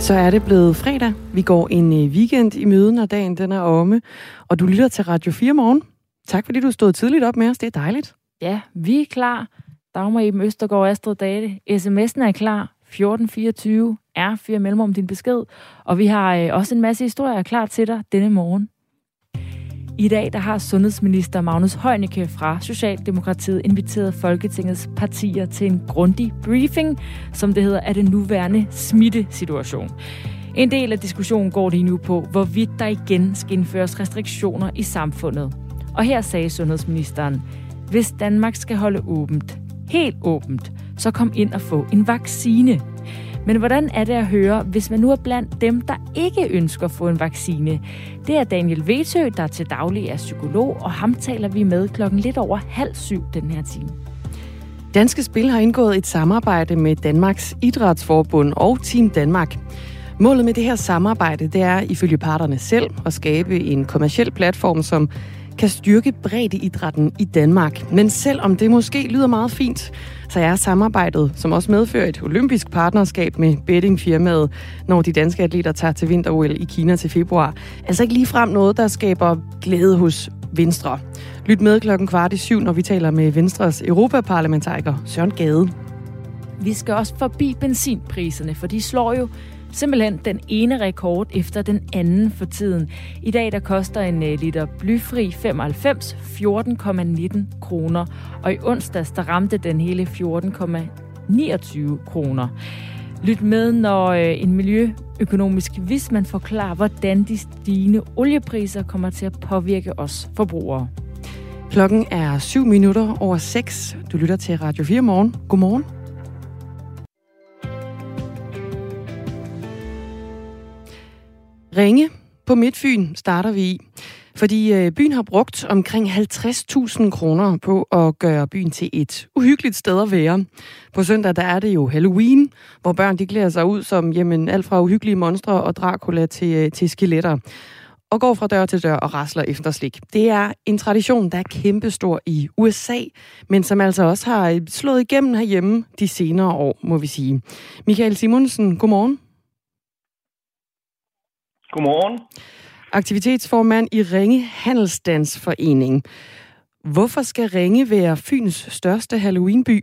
Så er det blevet fredag. Vi går en weekend i møde, når dagen den er omme. Og du lytter til Radio 4 morgen. Tak fordi du stod tidligt op med os. Det er dejligt. Ja, vi er klar. Dagmar Eben Østergaard og Astrid Date. SMS'en er klar. 1424 R4 mellemrum din besked. Og vi har også en masse historier klar til dig denne morgen. I dag der har sundhedsminister Magnus Heunicke fra Socialdemokratiet inviteret Folketingets partier til en grundig briefing, som det hedder, af den nuværende smittesituation. En del af diskussionen går lige nu på, hvorvidt der igen skal indføres restriktioner i samfundet. Og her sagde sundhedsministeren, hvis Danmark skal holde åbent, helt åbent, så kom ind og få en vaccine. Men hvordan er det at høre, hvis man nu er blandt dem, der ikke ønsker at få en vaccine? Det er Daniel Vetø, der til daglig er psykolog, og ham taler vi med 6:30 den her time. Danske Spil har indgået et samarbejde med Danmarks Idrætsforbund og Team Danmark. Målet med det her samarbejde, det er ifølge parterne selv at skabe en kommerciel platform, som kan styrke breddeidrætten i Danmark. Men selvom det måske lyder meget fint, så er samarbejdet, som også medfører et olympisk partnerskab med bettingfirmaet, når de danske atleter tager til vinter-OL i Kina til februar, altså ikke ligefrem noget, der skaber glæde hos Venstre. Lyt med 6:15, når vi taler med Venstres europaparlamentariker Søren Gade. Vi skal også forbi benzinpriserne, for de slår jo simpelthen den ene rekord efter den anden for tiden. I dag der koster en liter blyfri 95 14,19 kroner, og i onsdags der ramte den hele 14,29 kroner. Lyt med, når en miljøøkonomisk vismand forklarer, hvordan de stigende oliepriser kommer til at påvirke os forbrugere. Klokken er 6:07. Du lytter til Radio 4 morgen. Godmorgen. Ringe på Midtfyn starter vi i, fordi byen har brugt omkring 50.000 kroner på at gøre byen til et uhyggeligt sted at være. På søndag der er det jo Halloween, hvor børn de klæder sig ud som alt fra uhyggelige monstre og Dracula til skeletter, og går fra dør til dør og rasler efter slik. Det er en tradition, der er kæmpestor i USA, men som altså også har slået igennem herhjemme de senere år, må vi sige. Michael Simonsen, godmorgen. Godmorgen. Aktivitetsformand i Ringe Handelsstandsforening. Hvorfor skal Ringe være Fyns største Halloweenby?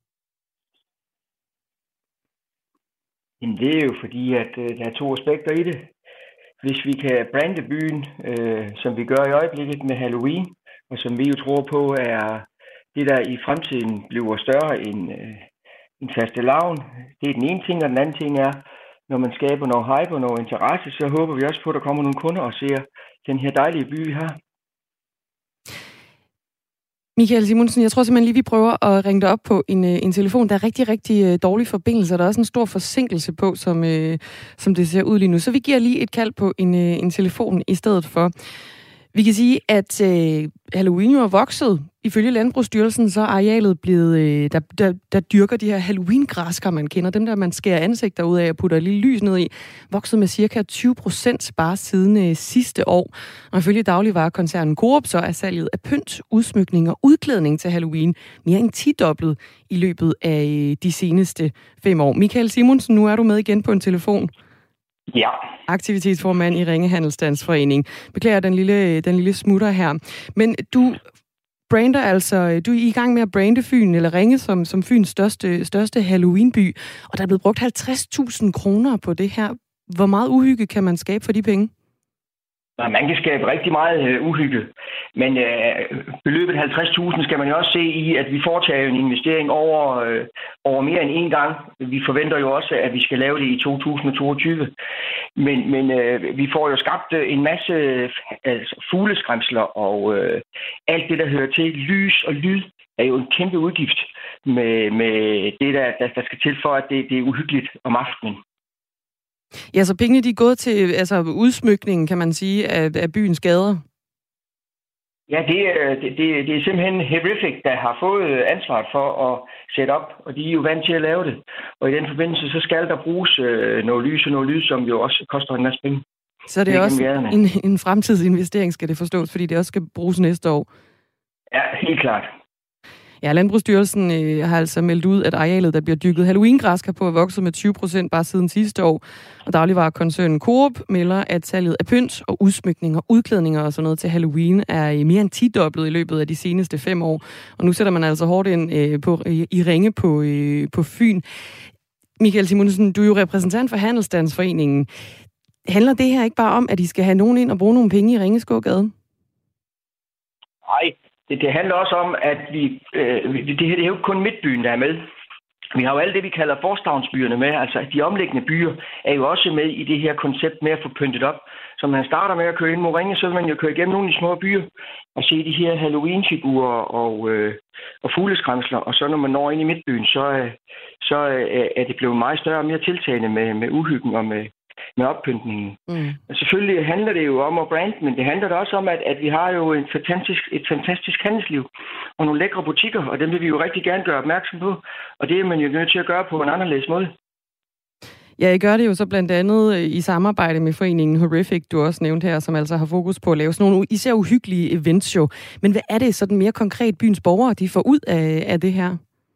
Jamen, det er jo fordi, at der er to aspekter i det. Hvis vi kan brande byen, som vi gør i øjeblikket med Halloween, og som vi jo tror på er det, der i fremtiden bliver større end fastelavn. Det er den ene ting, og den anden ting er, når man skaber noget hype og noget interesse, så håber vi også på, at der kommer nogle kunder og ser den her dejlige by, vi har. Michael Simonsen, jeg tror simpelthen lige, vi prøver at ringe dig op på en telefon. Der er rigtig, rigtig dårlig forbindelse, og der er også en stor forsinkelse på, som det ser ud lige nu. Så vi giver lige et kald på en telefon i stedet for. Vi kan sige, at Halloween jo er vokset. Ifølge Landbrugsstyrelsen så er arealet blevet, der dyrker de her Halloween-græskar, man kender, dem der man skærer ansigter ud af og putter et lille lys ned i, vokset med cirka 20% bare siden sidste år. Og ifølge dagligvarekoncernen Coop så er salget af pynt, udsmykning og udklædning til Halloween mere end 10-doblet i løbet af de seneste 5 år. Michael Simonsen, nu er du med igen på en telefon. Ja. Aktivitetsformand i Ringe Handelsstandsforening. Beklager den lille smutter her. Men du brander altså, du er i gang med at brande Fyn, eller Ringe som Fyns største Halloweenby, og der er blevet brugt 50.000 kroner på det her. Hvor meget uhygge kan man skabe for de penge? Man kan skabe rigtig meget uhygge, men beløbet 50.000 skal man jo også se i, at vi foretager en investering over mere end en gang. Vi forventer jo også, at vi skal lave det i 2022. Men vi får jo skabt en masse fugleskræmsler, og alt det, der hører til lys og lyd, er jo en kæmpe udgift med det, der skal til for, at det er uhyggeligt om aftenen. Ja, så pengene de er gået til udsmykningen, kan man sige, af byens gader? Ja, det er simpelthen Horrific, der har fået ansvaret for at sætte op, og de er jo vant til at lave det. Og i den forbindelse, så skal der bruges noget lys og noget lyd, som jo også koster en masse penge. Så det er også en fremtidsinvestering, skal det forstås, fordi det også skal bruges næste år? Ja, helt klart. Ja, Landbrugsstyrelsen har altså meldt ud, at arealet, der bliver dyrket Halloween-græskar på, er vokset med 20% bare siden sidste år. Og dagligvarekoncernen Coop melder, at salget af pynt og udsmykninger, udklædninger og sådan noget til Halloween er mere end 10-doblet i løbet af de seneste 5 år. Og nu sætter man altså hårdt ind i Ringe på Fyn. Michael Simonsen, du er jo repræsentant for Handelsstandsforeningen. Handler det her ikke bare om, at I skal have nogen ind og bruge nogle penge i Ringeskågade? Nej, det handler også om, at det er jo ikke kun Midtbyen, der er med. Vi har jo alt det, vi kalder forstavnsbyerne med. Altså, de omliggende byer er jo også med i det her koncept med at få pyntet op. Så man starter med at køre ind mod Ringe, så vil man jo køre igennem nogle af de små byer og se de her Halloween-figurer og fugleskræmsler. Og så når man når ind i Midtbyen, så er det blevet meget større og mere tiltagende med uhyggen og med oppyntningen. Selvfølgelig handler det jo om at brande, men det handler da også om, at vi har jo et fantastisk handelsliv og nogle lækre butikker, og dem vil vi jo rigtig gerne gøre opmærksom på, og det er man jo nødt til at gøre på en anderledes måde. Ja, I gør det jo så blandt andet i samarbejde med foreningen Horrific, du også nævnte her, som altså har fokus på at lave sådan nogle især uhyggelige events jo. Men hvad er det sådan mere konkret byens borgere, de får ud af det her?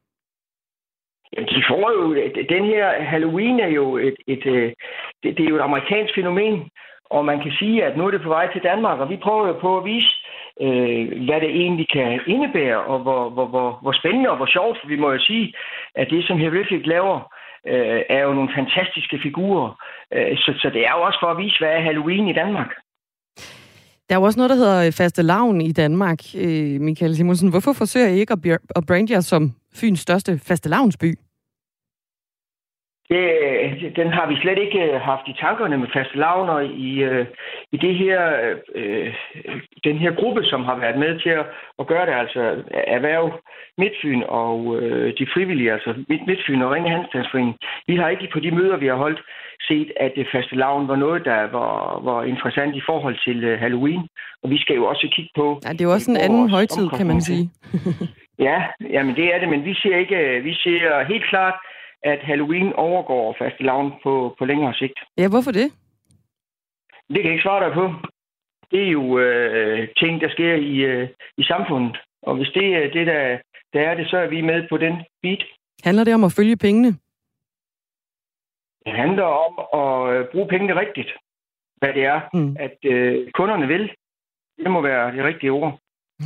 De får jo, den her Halloween er jo det er jo et amerikansk fænomen, og man kan sige, at nu er det på vej til Danmark, og vi prøver jo på at vise, hvad det egentlig kan indebære, og hvor spændende og hvor sjovt, for vi må jo sige, at det, som Horrific laver, er jo nogle fantastiske figurer. Så det er jo også for at vise, hvad er Halloween i Danmark. Der er jo også noget, der hedder fastelavn i Danmark, Michael Simonsen. Hvorfor forsøger I ikke at brande jer som Fyns største fastelavnsby? Den har vi slet ikke haft i tankerne med fastelavner i det her, den her gruppe, som har været med til at gøre det, altså Erhverv Midtfyn og de frivillige, altså Midtfyn og Ringe Handelsstandsforening. Vi har ikke på de møder, vi har holdt, set, at fastelavn var noget, der var interessant i forhold til Halloween. Og vi skal jo også kigge på... Ja, det er jo også en anden højtid, kan man sige. Ja, men det er det, men vi ser helt klart, at Halloween overgår fastelavn på længere sigt. Ja, hvorfor det? Det kan jeg ikke svare dig på. Det er jo ting, der sker i samfundet. Og hvis det er det, der er det, så er vi med på den beat. Handler det om at følge pengene? Det handler om at bruge pengene rigtigt. Hvad det er, at kunderne vil. Det må være det rigtige ord.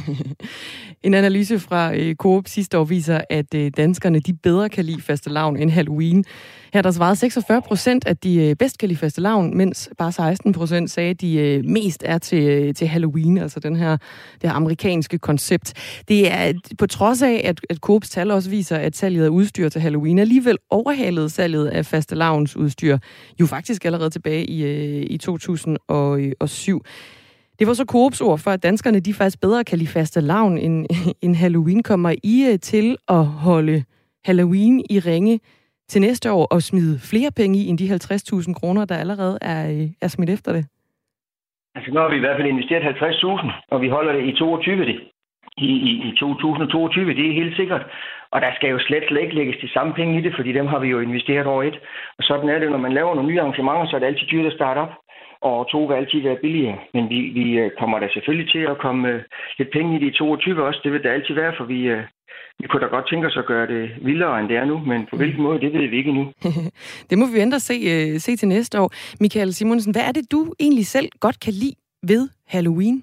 En analyse fra Coop sidste år viser, at danskerne de bedre kan lide fastelavn end Halloween. Her der svarede 46%, at de bedst kan lide fastelavn, mens bare 16% sagde, at de mest er til Halloween, altså det her amerikanske koncept. Det er på trods af, at Coops tal også viser, at salget af udstyr til Halloween alligevel overhalede salget af fastelavnsudstyr, jo faktisk allerede tilbage i 2007. Det var så Coops ord for, at danskerne de faktisk bedre kan lide fastelavn end Halloween. Kommer I til at holde Halloween i Ringe til næste år og smide flere penge i end de 50.000 kroner, der allerede er smidt efter det? Altså, nu har vi i hvert fald investeret 50.000, og vi holder det i 22. I 2022, det er helt sikkert. Og der skal jo slet ikke lægges de samme penge i det, fordi dem har vi jo investeret over et. Og sådan er det, når man laver nogle nye arrangementer, så er det altid dyrt at starte op. Og 2 vil altid være billigere. Men vi kommer da selvfølgelig til at komme lidt penge i det i 22 også. Det vil der altid være, for vi kunne da godt tænke os at gøre det vildere, end det er nu. Men på hvilken måde, det ved vi ikke endnu. Det må vi vente og se til næste år. Michael Simonsen, hvad er det, du egentlig selv godt kan lide ved Halloween?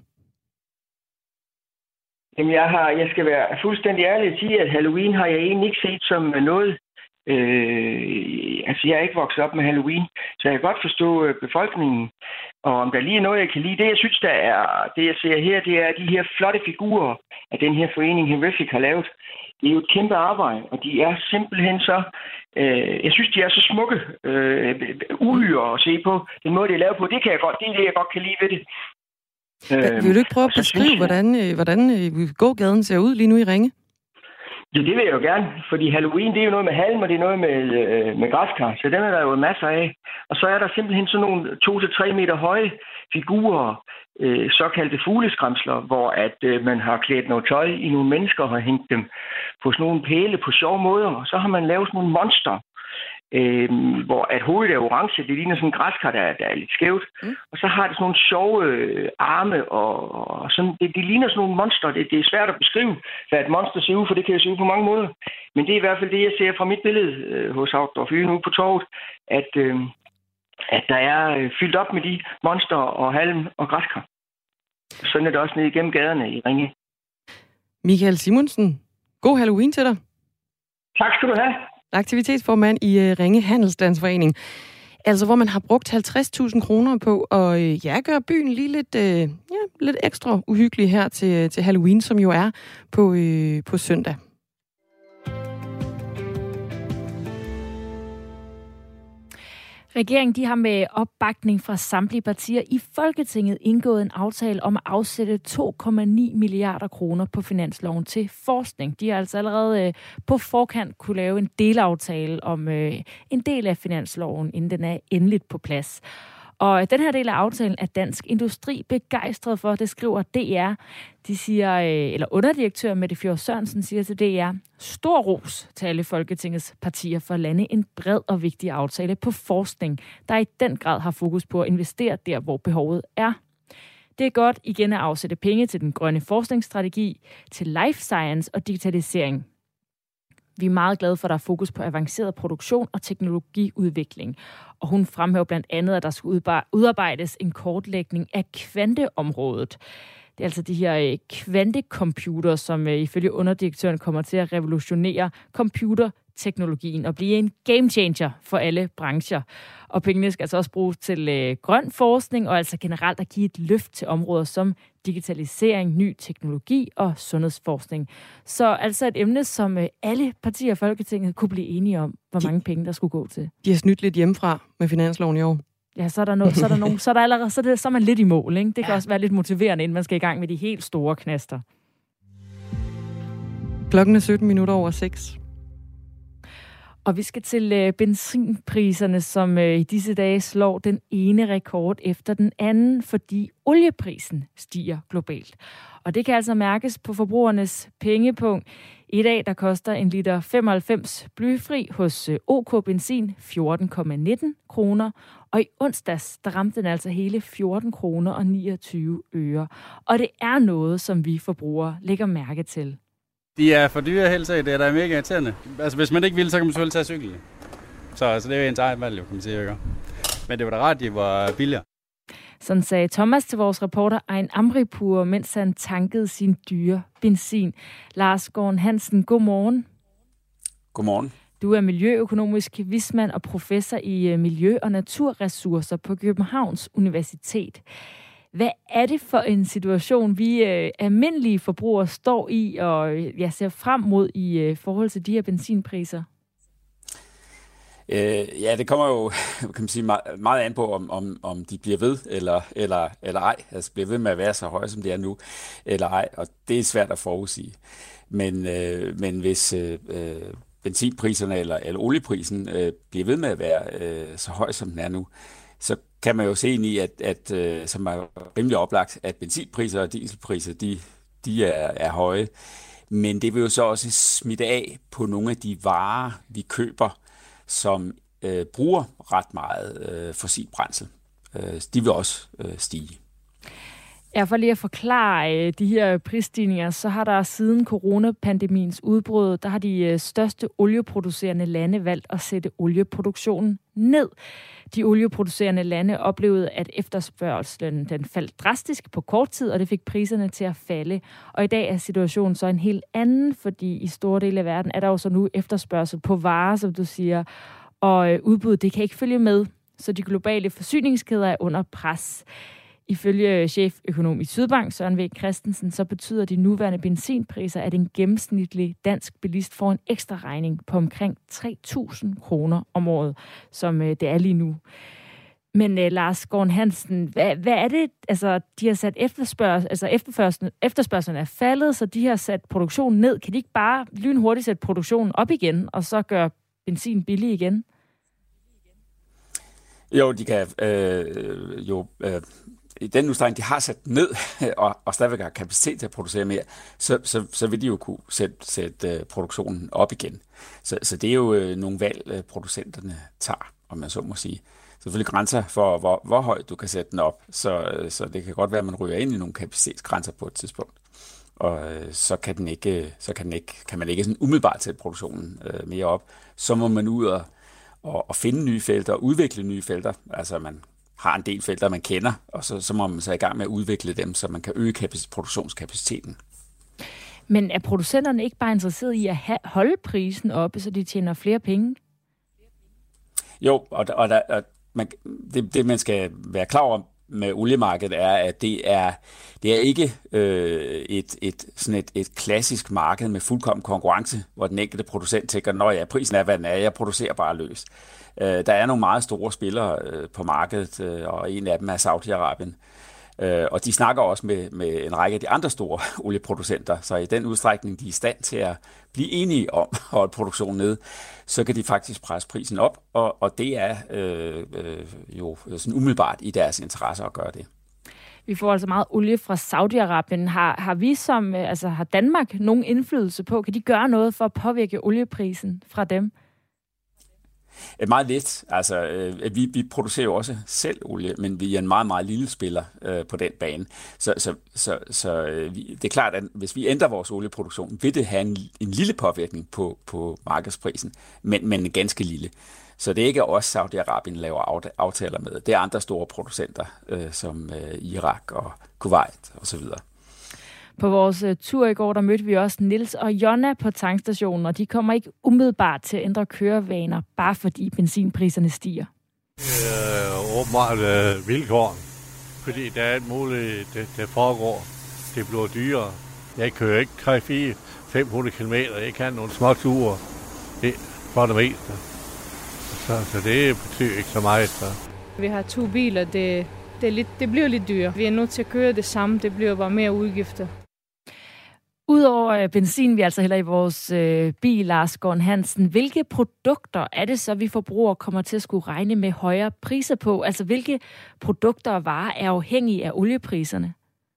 Jamen, jeg skal være fuldstændig ærlig at sige, at Halloween har jeg egentlig ikke set som noget... jeg er ikke vokset op med Halloween, så jeg kan godt forstå befolkningen. Og om der lige er noget, jeg kan lide, det jeg synes, det jeg ser her, det er de her flotte figurer, at den her forening Horrific har lavet. Det er jo et kæmpe arbejde, og de er simpelthen så... jeg synes, de er så smukke uhyre at se på. Den måde, det er lavet på, det er det, jeg godt kan lide ved det. Vil du ikke prøve at beskrive, hvordan gågaden ser ud lige nu i Ringe? Ja, det vil jeg jo gerne, fordi Halloween, det er jo noget med halm, og det er noget med græskar, så dem er der jo masser af. Og så er der simpelthen sådan nogle 2-3 meter høje figurer, såkaldte fugleskræmsler, hvor at man har klædt noget tøj i nogle mennesker og har hængt dem på sådan nogle pæle på sjove måder, og så har man lavet sådan nogle monster hvor at hovedet er orange. Det ligner sådan en græskar, der er lidt skævt. Og så har det sådan nogle sjove arme, og sådan, det ligner sådan nogle monster. Det er svært at beskrive, hvad et monster ser ud, for det kan se ud på mange måder. Men det er i hvert fald det, jeg ser fra mit billede hos Outdoor Fyn ude på torvet, at der er fyldt op med de monster og halm og græskar. Sådan er det også ned igennem gaderne i Ringe. Michael Simonsen, god Halloween til dig. Tak skal du have. Aktivitetsformand i Ringe Handelsstandsforening. Altså, hvor man har brugt 50.000 kroner på at gøre byen lige lidt ekstra uhyggelig her til Halloween, som jo er på søndag. Regeringen de har med opbakning fra samtlige partier i Folketinget indgået en aftale om at afsætte 2,9 milliarder kroner på finansloven til forskning. De har altså allerede på forkant kunne lave en delaftale om en del af finansloven, inden den er endeligt på plads. Og den her del af aftalen er Dansk Industri begejstret for, det skriver DR. De siger, eller underdirektør Mette Fjord Sørensen siger til DR, stor ros til alle Folketingets partier for at lande en bred og vigtig aftale på forskning, der i den grad har fokus på at investere der, hvor behovet er. Det er godt igen at afsætte penge til den grønne forskningsstrategi, til life science og digitalisering. Vi er meget glade for, at der er fokus på avanceret produktion og teknologiudvikling. Og hun fremhæver blandt andet, at der skal udarbejdes en kortlægning af kvanteområdet. Det er altså de her kvantecomputer, som ifølge underdirektøren kommer til at revolutionere computerteknologien og blive en game changer for alle brancher. Og pengene skal altså også bruges til grøn forskning og altså generelt at give et løft til områder som digitalisering, ny teknologi og sundhedsforskning. Så altså et emne, som alle partier i Folketinget kunne blive enige om, hvor mange penge der skulle gå til. De har snydt lidt hjemmefra med finansloven i år. Ja, så er man lidt i mål, ikke? Det kan også være lidt motiverende, inden man skal i gang med de helt store knaster. Klokken er 17:17. Og vi skal til benzinpriserne, som i disse dage slår den ene rekord efter den anden, fordi olieprisen stiger globalt. Og det kan altså mærkes på forbrugernes pengepunkt. I dag der koster en liter 95 blyfri hos OK Benzin 14,19 kroner. Og i onsdags der ramte den altså hele 14 kroner og 29 øre. Og det er noget, som vi forbrugere lægger mærke til. De er for dyre helt sikkert. Det er da mega irriterende. Altså, hvis man ikke vil, så kan man selvfølgelig tage cykel. Så altså, det er jo ens eget valg, kan man sige. Ikke? Men det var da rart, de var billigere. Sådan sagde Thomas til vores reporter Ejn Amripur, mens han tankede sin dyre benzin. Lars Gården Hansen, godmorgen. Godmorgen. Du er miljøøkonomisk vismand og professor i miljø- og naturressourcer på Københavns Universitet. Hvad er det for en situation, vi almindelige forbrugere står i og ser frem mod i forhold til de her benzinpriser? Ja, det kommer jo kan man sige, meget an på, om de bliver ved eller ej. Altså bliver ved med at være så høje, som det er nu, eller ej. Og det er svært at forudsige. Men hvis benzinpriserne eller olieprisen bliver ved med at være så høj, som den er nu, så kan man jo se ind i, at som er rimelig oplagt, at benzinpriser og dieselpriser, de er høje. Men det vil jo så også smitte af på nogle af de varer, vi køber, som bruger ret meget fossilt brændsel. De vil også stige. Ja, for lige at forklare de her prisstigninger, så har der siden coronapandemiens udbrud, der har de største olieproducerende lande valgt at sætte olieproduktionen ned. De olieproducerende lande oplevede, at efterspørgselen den faldt drastisk på kort tid, og det fik priserne til at falde. Og i dag er situationen så en helt anden, fordi i store dele af verden er der jo så nu efterspørgsel på varer, som du siger, og udbuddet det kan ikke følge med, så de globale forsyningskæder er under pres. Ifølge cheføkonom i Sydbank, Søren V. Christensen, så betyder de nuværende benzinpriser, at en gennemsnitlig dansk bilist får en ekstra regning på omkring 3.000 kroner om året, som det er lige nu. Men Lars Gården Hansen, hvad er det, altså de har sat efterspørgselen er faldet, så de har sat produktionen ned. Kan de ikke bare lynhurtigt sætte produktionen op igen, og så gøre benzin billig igen? Jo, de kan i den udstrækning, de har sat ned og stadigvæk har kapacitet til at producere mere, så vil de jo kunne sætte produktionen op igen. Så det er jo nogle valg, producenterne tager, om man så må sige. Selvfølgelig grænser for, hvor højt du kan sætte den op, så det kan godt være, at man ryger ind i nogle kapacitetsgrænser på et tidspunkt. Og så kan man ikke sådan umiddelbart sætte produktionen mere op. Så må man ud og finde nye felter, udvikle nye felter. Altså man har en del felter, man kender, og så må man så i gang med at udvikle dem, så man kan øge produktionskapaciteten. Men er producenterne ikke bare interesseret i at holde prisen oppe, så de tjener flere penge? Jo, og det man skal være klar over med oliemarkedet er, at det er ikke et klassisk marked med fuldkommen konkurrence, hvor den enkelte producent tænker, nå ja, prisen er, hvad den er, jeg producerer bare løs. Der er nogle meget store spillere på markedet, og en af dem er Saudi-Arabien. Og de snakker også med en række af de andre store olieproducenter, så i den udstrækning, de er i stand til at blive enige om at holde produktionen nede, så kan de faktisk presse prisen op, og det er jo sådan umiddelbart i deres interesse at gøre det. Vi får altså meget olie fra Saudi-Arabien. Har vi har Danmark nogen indflydelse på? Kan de gøre noget for at påvirke olieprisen fra dem? Meget lidt. Altså, vi producerer jo også selv olie, men vi er en meget, meget lille spiller på den bane. Så det er klart, at hvis vi ændrer vores olieproduktion, vil det have en lille påvirkning på markedsprisen, men ganske lille. Så det er ikke os, Saudi-Arabien laver aftaler med. Det er andre store producenter, som Irak og Kuwait osv. På vores tur i går, der mødte vi også Nils og Jonna på tankstationen, og de kommer ikke umiddelbart til at ændre kørevaner, bare fordi benzinpriserne stiger. Åbenbart vilkår, fordi der er et muligt, det foregår. Det bliver dyrere. Jeg kører ikke 300-500 km, jeg kan nogle små ture for det meste. Så det betyder ikke så meget. Så. Vi har 2 biler, det bliver lidt dyrere. Vi er nødt til at køre det samme, det bliver bare mere udgifter. Udover benzin, vi altså hælder i vores bil, Lars Gården Hansen, hvilke produkter er det så, vi forbrugere kommer til at skulle regne med højere priser på? Altså, hvilke produkter og varer er afhængige af oliepriserne?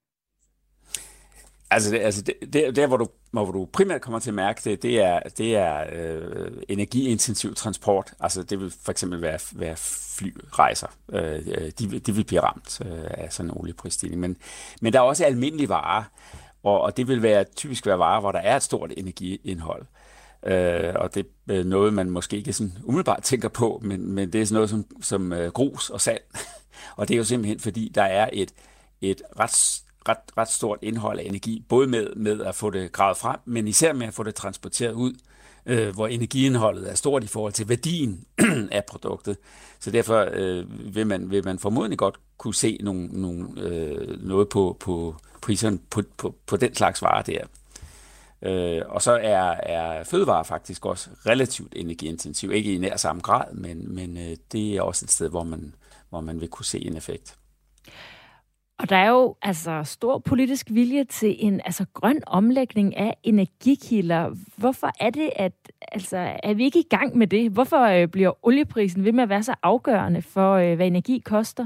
Der hvor du primært kommer til at mærke det er energiintensiv transport. Altså, det vil for eksempel være flyrejser. De vil blive ramt af sådan en olieprisstigning. Men der er også almindelige varer, og det vil typisk være varer, hvor der er et stort energiindhold. Og det er noget, man måske ikke sådan umiddelbart tænker på, men det er sådan noget som grus og sand. Og det er jo simpelthen, fordi der er et ret stort indhold af energi, både med at få det gravet frem, men især med at få det transporteret ud, hvor energiindholdet er stort i forhold til værdien af produktet. Så derfor vil man formodentlig godt kunne se noget på priserne på den slags varer der. Og så er fødevarer faktisk også relativt energiintensiv. Ikke i nær samme grad, men det er også et sted, hvor man vil kunne se en effekt. Og der er jo stor politisk vilje til en grøn omlægning af energikilder. Hvorfor er det, er vi ikke i gang med det? Hvorfor bliver olieprisen ved med at være så afgørende for, hvad energi koster?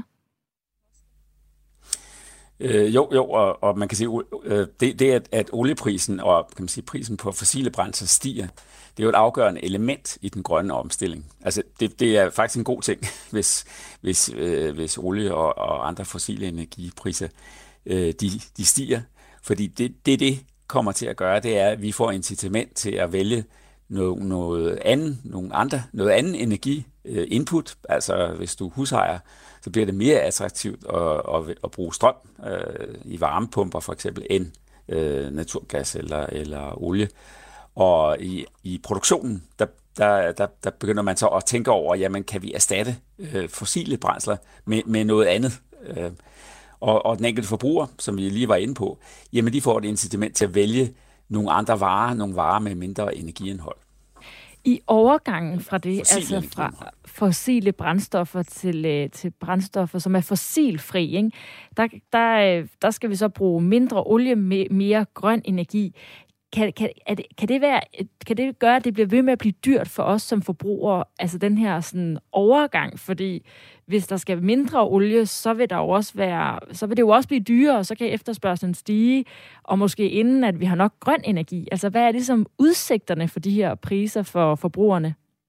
Og man kan sige, det at olieprisen og kan man sige, prisen på fossile brændsler stiger, det er jo et afgørende element i den grønne omstilling. Altså, det er faktisk en god ting, hvis olie og andre fossile energipriser de stiger. Fordi det kommer til at gøre, det er, at vi får incitament til at vælge noget anden energi-input. Altså, hvis du husejer, så bliver det mere attraktivt at bruge strøm i varmepumper for eksempel, end naturgas eller olie. Og i produktionen, der begynder man så at tænke over, jamen kan vi erstatte fossile brændsler med noget andet? Og den enkelte forbruger, som vi lige var inde på, jamen de får et incitament til at vælge nogle andre varer, nogle varer med mindre energiindhold. I overgangen fra det, fra fossile brændstoffer til brændstoffer, som er fossilfri, ikke? Der skal vi så bruge mindre olie, mere grøn energi. kan det gøre, at det bliver ved med at blive dyrt for os som forbrugere, altså den her sådan overgang, fordi hvis der skal mindre olie, så vil det jo også blive dyrere, og så kan efterspørgslen stige, og måske inden, at vi har nok grøn energi. Altså, hvad er ligesom udsigterne for de her priser for forbrugerne?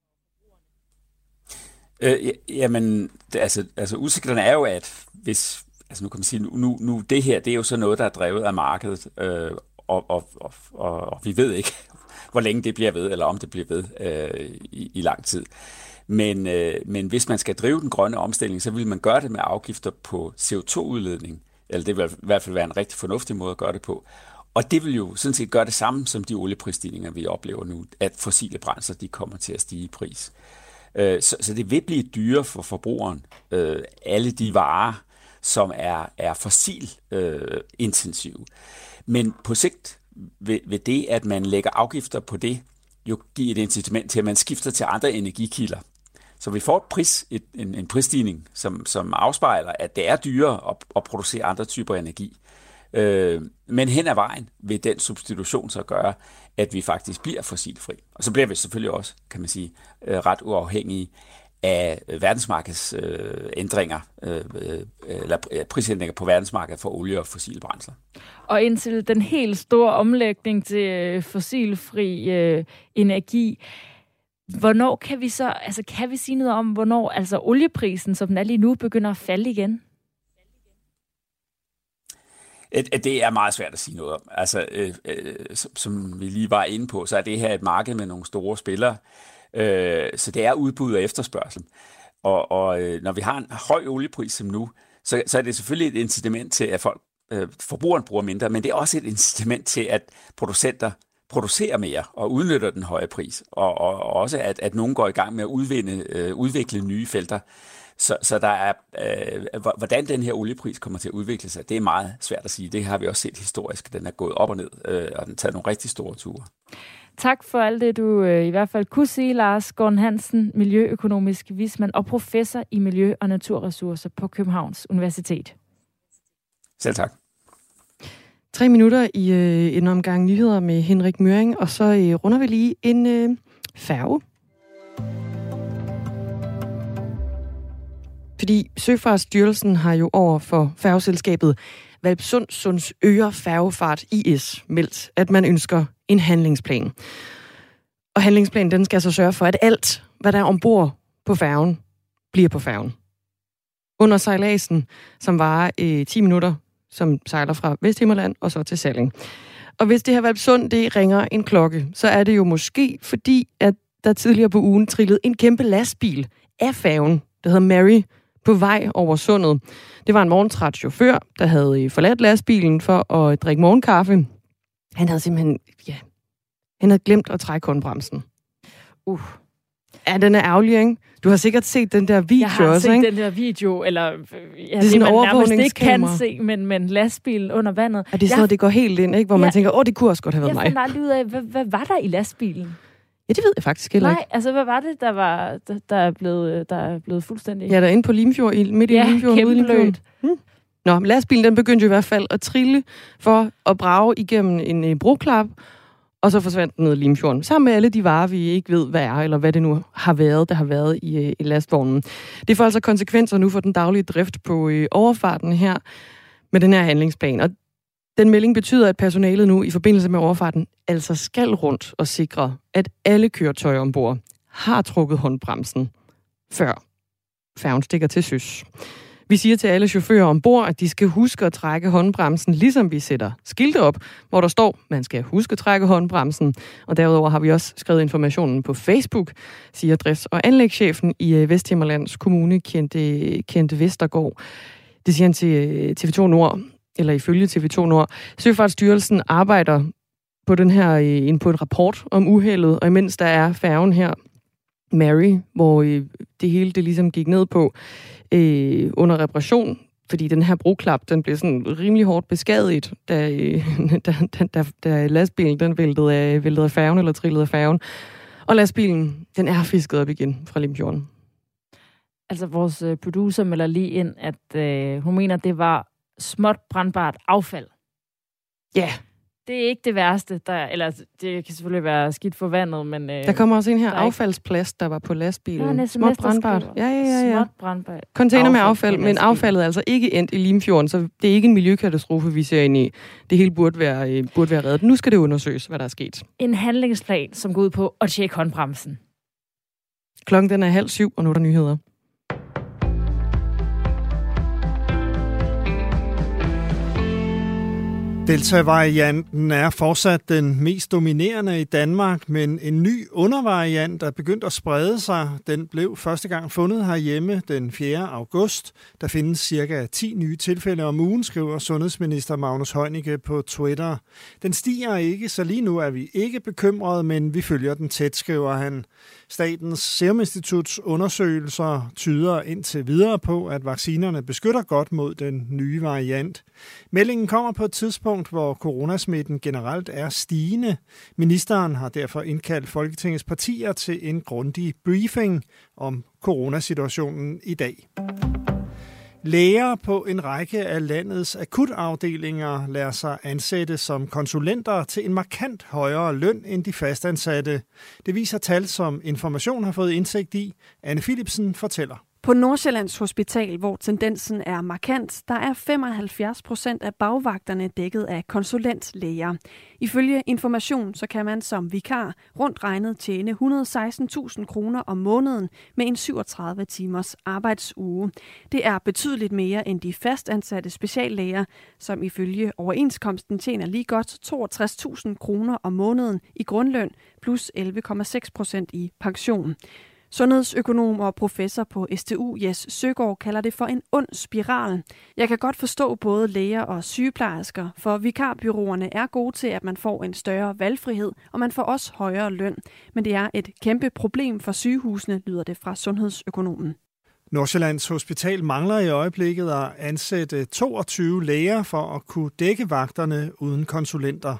Jamen, altså udsigterne er jo, at hvis, altså nu kan man sige, nu det her, det er jo så noget, der er drevet af markedet, og vi ved ikke, hvor længe det bliver ved, eller om det bliver ved i lang tid. Men hvis man skal drive den grønne omstilling, så vil man gøre det med afgifter på CO2-udledning, eller det vil i hvert fald være en rigtig fornuftig måde at gøre det på. Og det vil jo sådan set gøre det samme som de olieprisstigninger, vi oplever nu, at fossile brændsler, de kommer til at stige i pris. Så det vil blive dyrere for forbrugeren, alle de varer, som er fossil intensive. Men på sigt vil det, at man lægger afgifter på det, jo give et incitament til, at man skifter til andre energikilder. Så vi får en prisstigning, som afspejler, at det er dyrere at producere andre typer energi. Men hen ad vejen vil den substitution så gøre, at vi faktisk bliver fossilfri. Og så bliver vi selvfølgelig også, kan man sige, ret uafhængige af verdensmarkedsændringer, eller prisændringer på verdensmarkedet for olie og fossile brændsler. Og indtil den helt store omlægning til fossilfri energi, hvornår kan vi så, altså kan vi sige noget om, hvornår altså olieprisen, som den er lige nu, begynder at falde igen? Det er meget svært at sige noget om. Altså, som vi lige var inde på, så er det her et marked med nogle store spillere. Så det er udbud og efterspørgsel. Og når vi har en høj oliepris som nu, så er det selvfølgelig et incitament til, at forbrugeren bruger mindre, men det er også et incitament til, at producenter producerer mere og udnytter den høje pris. Og også, at nogen går i gang med at udvikle nye felter. Så der er, hvordan den her oliepris kommer til at udvikle sig, det er meget svært at sige. Det har vi også set historisk. Den er gået op og ned, og den tager nogle rigtig store ture. Tak for alt det, du i hvert fald kunne sige, Lars Gården Hansen, miljøøkonomisk vismand og professor i miljø- og naturressourcer på Københavns Universitet. Selv tak. 3 minutter i en omgang nyheder med Henrik Møring, og så runder vi lige en færge. Fordi Søfartsstyrelsen har jo over for færgeselskabet Hvalpsund-Sundsøre Færgefart IS meldt, at man ønsker en handlingsplan. Og handlingsplanen, den skal så sørge for, at alt, hvad der er ombord på færgen, bliver på færgen. Under sejladsen, som varer 10 minutter, som sejler fra Vesthimmerland og så til Salling. Og hvis det her Hvalpsund, det ringer en klokke, så er det jo måske fordi, at der tidligere på ugen trillede en kæmpe lastbil af færgen, der hedder Mary, på vej over sundet. Det var en morgentræt chauffør, der havde forladt lastbilen for at drikke morgenkaffe. Han havde simpelthen, han havde glemt at trække håndbremsen. Ja, den er ærgerlig, ikke? Du har sikkert set den der video også, ikke? Jeg har set den der video, eller det er sådan man nærmest ikke kan se, men lastbilen under vandet. Og det er sådan noget, det går helt ind, ikke? Hvor man tænker, det kunne også godt have været mig. Jeg fandt aldrig ud af, hvad var der i lastbilen? Ja, det ved jeg faktisk heller ikke. Nej, altså hvad var det, der er blevet fuldstændig... Ja, der er inde på Limfjord, midt i Limfjorden, ude i Limfjorden. Nå, lastbilen den begyndte jo i hvert fald at trille for at brage igennem en broklap, og så forsvandt den ned i Limfjorden. Sammen med alle de varer, vi ikke ved, hvad er, eller hvad det nu har været, der har været i lastvognen. Det får altså konsekvenser nu for den daglige drift på overfarten her med den her handlingsplan. Og den melding betyder, at personalet nu i forbindelse med overfarten altså skal rundt og sikre, at alle køretøjer ombord har trukket håndbremsen, før færgen stikker til søs. Vi siger til alle chauffører ombord, at de skal huske at trække håndbremsen, ligesom vi sætter skilte op, hvor der står, man skal huske at trække håndbremsen. Og derudover har vi også skrevet informationen på Facebook, siger drifts- og anlægschefen i Vesthimmerlands Kommune, Kent Vestergaard. Det siger han til TV2 Nord, eller ifølge TV2 Nord. Søfartsstyrelsen arbejder på den her på en rapport om uheldet, og imens der er færgen her, Mary, hvor det hele det ligesom gik ned på under reparation, fordi den her broklap, den blev sådan rimelig hårdt beskadiget, da lastbilen den væltede af færgen, eller trillede af færgen. Og lastbilen, den er fisket op igen fra Limfjorden. Altså vores producer melder lige ind, at hun mener, det var småt brandbart affald. Ja. Det er ikke det værste. Eller det kan selvfølgelig være skidt for vandet, men... Der kommer også en her affaldsplast, der var på lastbilen. Småt brandbart. Ja. Småt brandbart. Container med affald, men affaldet er altså ikke endt i Limfjorden, så det er ikke en miljøkatastrofe, vi ser ind i. Det hele burde være reddet. Nu skal det undersøges, hvad der er sket. En handlingsplan, som går ud på at tjekke håndbremsen. Klokken den er 6:30, og nu er der nyheder. Delta-varianten er fortsat den mest dominerende i Danmark, men en ny undervariant er begyndt at sprede sig. Den blev første gang fundet herhjemme den 4. august. Der findes cirka 10 nye tilfælde om ugen, skriver sundhedsminister Magnus Heunicke på Twitter. Den stiger ikke, så lige nu er vi ikke bekymrede, men vi følger den tæt, skriver han. Statens Serum Instituts undersøgelser tyder indtil videre på, at vaccinerne beskytter godt mod den nye variant. Meldingen kommer på et tidspunkt, hvor coronasmitten generelt er stigende. Ministeren har derfor indkaldt Folketingets partier til en grundig briefing om coronasituationen i dag. Læger på en række af landets akutafdelinger lader sig ansætte som konsulenter til en markant højere løn end de fastansatte. Det viser tal, som Information har fået indsigt i. Anne Philipsen fortæller. På Nordsjællands Hospital, hvor tendensen er markant, der er 75% af bagvagterne dækket af konsulentlæger. Ifølge Information, så kan man som vikar rundt regnet tjene 116.000 kroner om måneden med en 37 timers arbejdsuge. Det er betydeligt mere end de fastansatte speciallæger, som ifølge overenskomsten tjener lige godt 62.000 kroner om måneden i grundløn plus 11,6% i pension. Sundhedsøkonom og professor på STU Jes Søgaard kalder det for en ond spiral. Jeg kan godt forstå både læger og sygeplejersker, for vikarbyråerne er gode til, at man får en større valgfrihed, og man får også højere løn. Men det er et kæmpe problem for sygehusene, lyder det fra sundhedsøkonomen. Nordsjællands Hospital mangler i øjeblikket at ansætte 22 læger for at kunne dække vagterne uden konsulenter.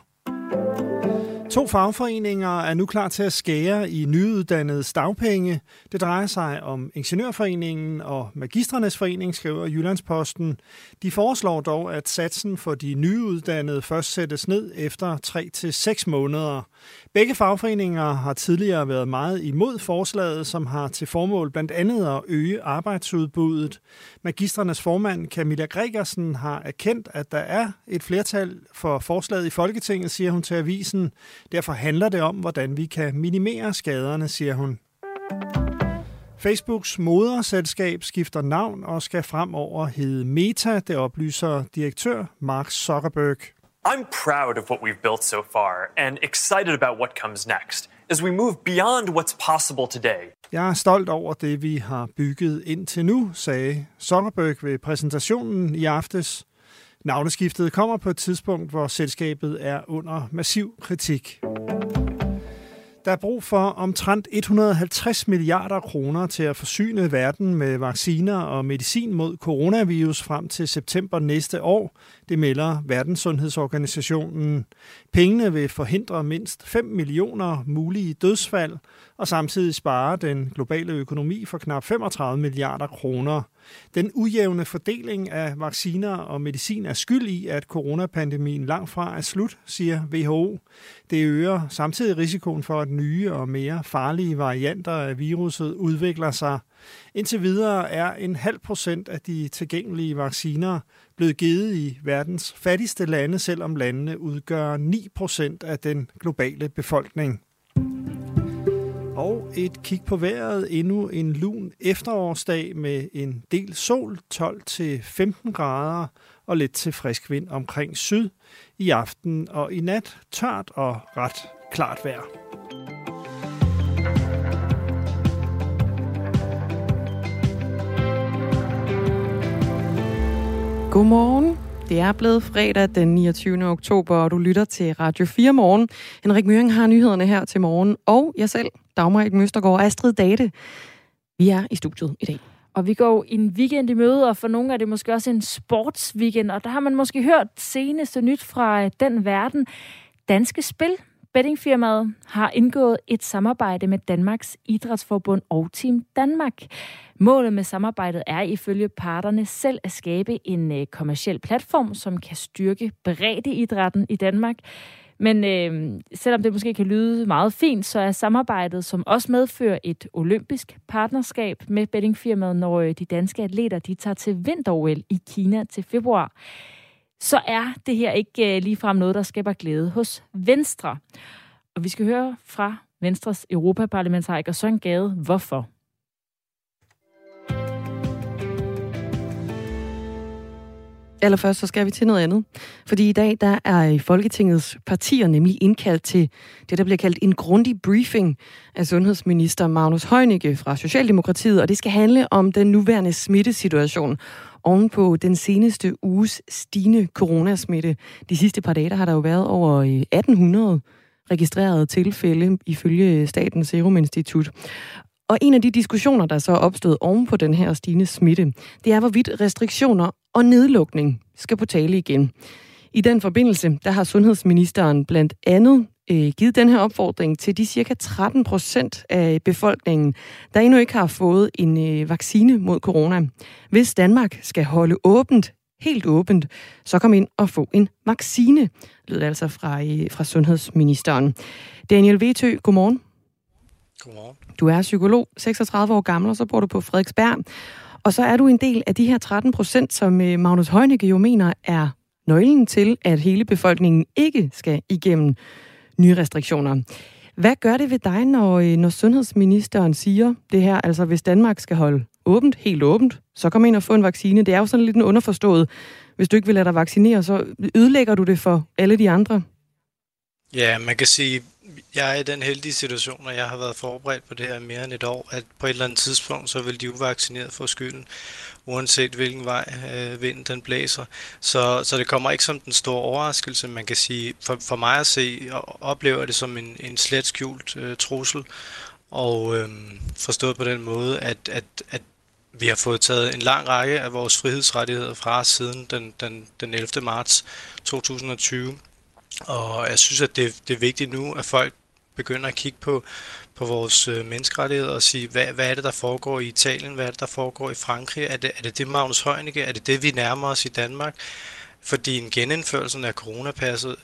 2 fagforeninger er nu klar til at skære i nyuddannedes dagpenge. Det drejer sig om Ingeniørforeningen og Magistrenes Forening, skriver Jyllandsposten. De foreslår dog, at satsen for de nyuddannede først sættes ned efter 3 til 6 måneder. Begge fagforeninger har tidligere været meget imod forslaget, som har til formål blandt andet at øge arbejdsudbuddet. Magistrenes formand Camilla Gregersen har erkendt, at der er et flertal for forslaget i Folketinget, siger hun til avisen. Derfor handler det om, hvordan vi kan minimere skaderne, siger hun. Facebooks moderselskab skifter navn og skal fremover hedde Meta, det oplyser direktør Mark Zuckerberg. I'm proud of what we've built so far and excited about what comes next as we move beyond what's possible today. Jeg er stolt over det, vi har bygget indtil nu, sagde Zuckerberg ved præsentationen i aftes. Navneskiftet kommer på et tidspunkt, hvor selskabet er under massiv kritik. Der er brug for omtrent 150 milliarder kroner til at forsyne verden med vacciner og medicin mod coronavirus frem til september næste år. Det melder Verdenssundhedsorganisationen. Pengene vil forhindre mindst 5 millioner mulige dødsfald og samtidig spare den globale økonomi for knap 35 milliarder kroner. Den ujævne fordeling af vacciner og medicin er skyld i, at coronapandemien langt fra er slut, siger WHO. Det øger samtidig risikoen for, at nye og mere farlige varianter af viruset udvikler sig. Indtil videre er 0,5% af de tilgængelige vacciner blevet givet i verdens fattigste lande, selvom landene udgør 9% af den globale befolkning. Og et kig på vejret, endnu en lun efterårsdag med en del sol, 12-15 grader og lidt til frisk vind omkring syd. I aften og i nat tørt og ret klart vejr. Godmorgen. Det er blevet fredag den 29. oktober, og du lytter til Radio 4 Morgen. Henrik Møring har nyhederne her til morgen, og jeg selv, Dagmar Møstergaard og Astrid Date. Vi er i studiet i dag. Og vi går en weekend i møde, og for nogle er det måske også en sportsweekend, og der har man måske hørt seneste nyt fra den verden. Danske Spil bettingfirmaet har indgået et samarbejde med Danmarks Idrætsforbund og Team Danmark. Målet med samarbejdet er ifølge parterne selv at skabe en kommerciel platform, som kan styrke breddeidrætten i Danmark. Men selvom det måske kan lyde meget fint, så er samarbejdet, som også medfører et olympisk partnerskab med bettingfirmaet, når de danske atleter de tager til vinter-OL i Kina til februar, så er det her ikke ligefrem noget, der skaber glæde hos Venstre. Og vi skal høre fra Venstres europaparlamentariker Søren Gade, hvorfor. Allerførst så skal vi til noget andet. Fordi i dag der er Folketingets partier nemlig indkaldt til det, der bliver kaldt en grundig briefing af sundhedsminister Magnus Heunicke fra Socialdemokratiet, og det skal handle om den nuværende smittesituation ovenpå den seneste uges stigende coronasmitte. De sidste par dage der har der jo været over 1800 registrerede tilfælde ifølge Statens Serum Institut. Og en af de diskussioner, der så er opstået oven på den her stigende smitte, det er, hvorvidt restriktioner og nedlukning skal på tale igen. I den forbindelse, der har sundhedsministeren blandt andet givet den her opfordring til de cirka 13% af befolkningen, der endnu ikke har fået en vaccine mod corona. Hvis Danmark skal holde åbent, helt åbent, så kom ind og få en vaccine, lød altså fra sundhedsministeren. Daniel Vetø, godmorgen. Godmorgen. Du er psykolog, 36 år gammel, og så bor du på Frederiksberg. Og så er du en del af de her 13%, som Magnus Heunicke jo mener er nøglen til, at hele befolkningen ikke skal igennem nye restriktioner. Hvad gør det ved dig, når sundhedsministeren siger det her? Altså hvis Danmark skal holde åbent, helt åbent, så kom ind og få en vaccine. Det er jo sådan lidt en underforstået. Hvis du ikke vil lade dig vaccinere, så ødelægger du det for alle de andre. Ja, man kan sige, jeg er i den heldige situation, og jeg har været forberedt på det her mere end et år, at på et eller andet tidspunkt, så vil de uvaccinerede få skylden, uanset hvilken vej vinden den blæser. Så det kommer ikke som den store overraskelse, man kan sige. For mig at se, og oplever det som en slet skjult trussel, og forstået på den måde, at vi har fået taget en lang række af vores frihedsrettigheder fra siden den 11. marts 2020. Og jeg synes, at det er vigtigt nu, at folk begynder at kigge på vores menneskerettigheder og sige, hvad er det, der foregår i Italien? Hvad er det, der foregår i Frankrig? Er det Magnus Heunicke? Er det, vi nærmer os i Danmark? Fordi en genindførelse af coronapasset,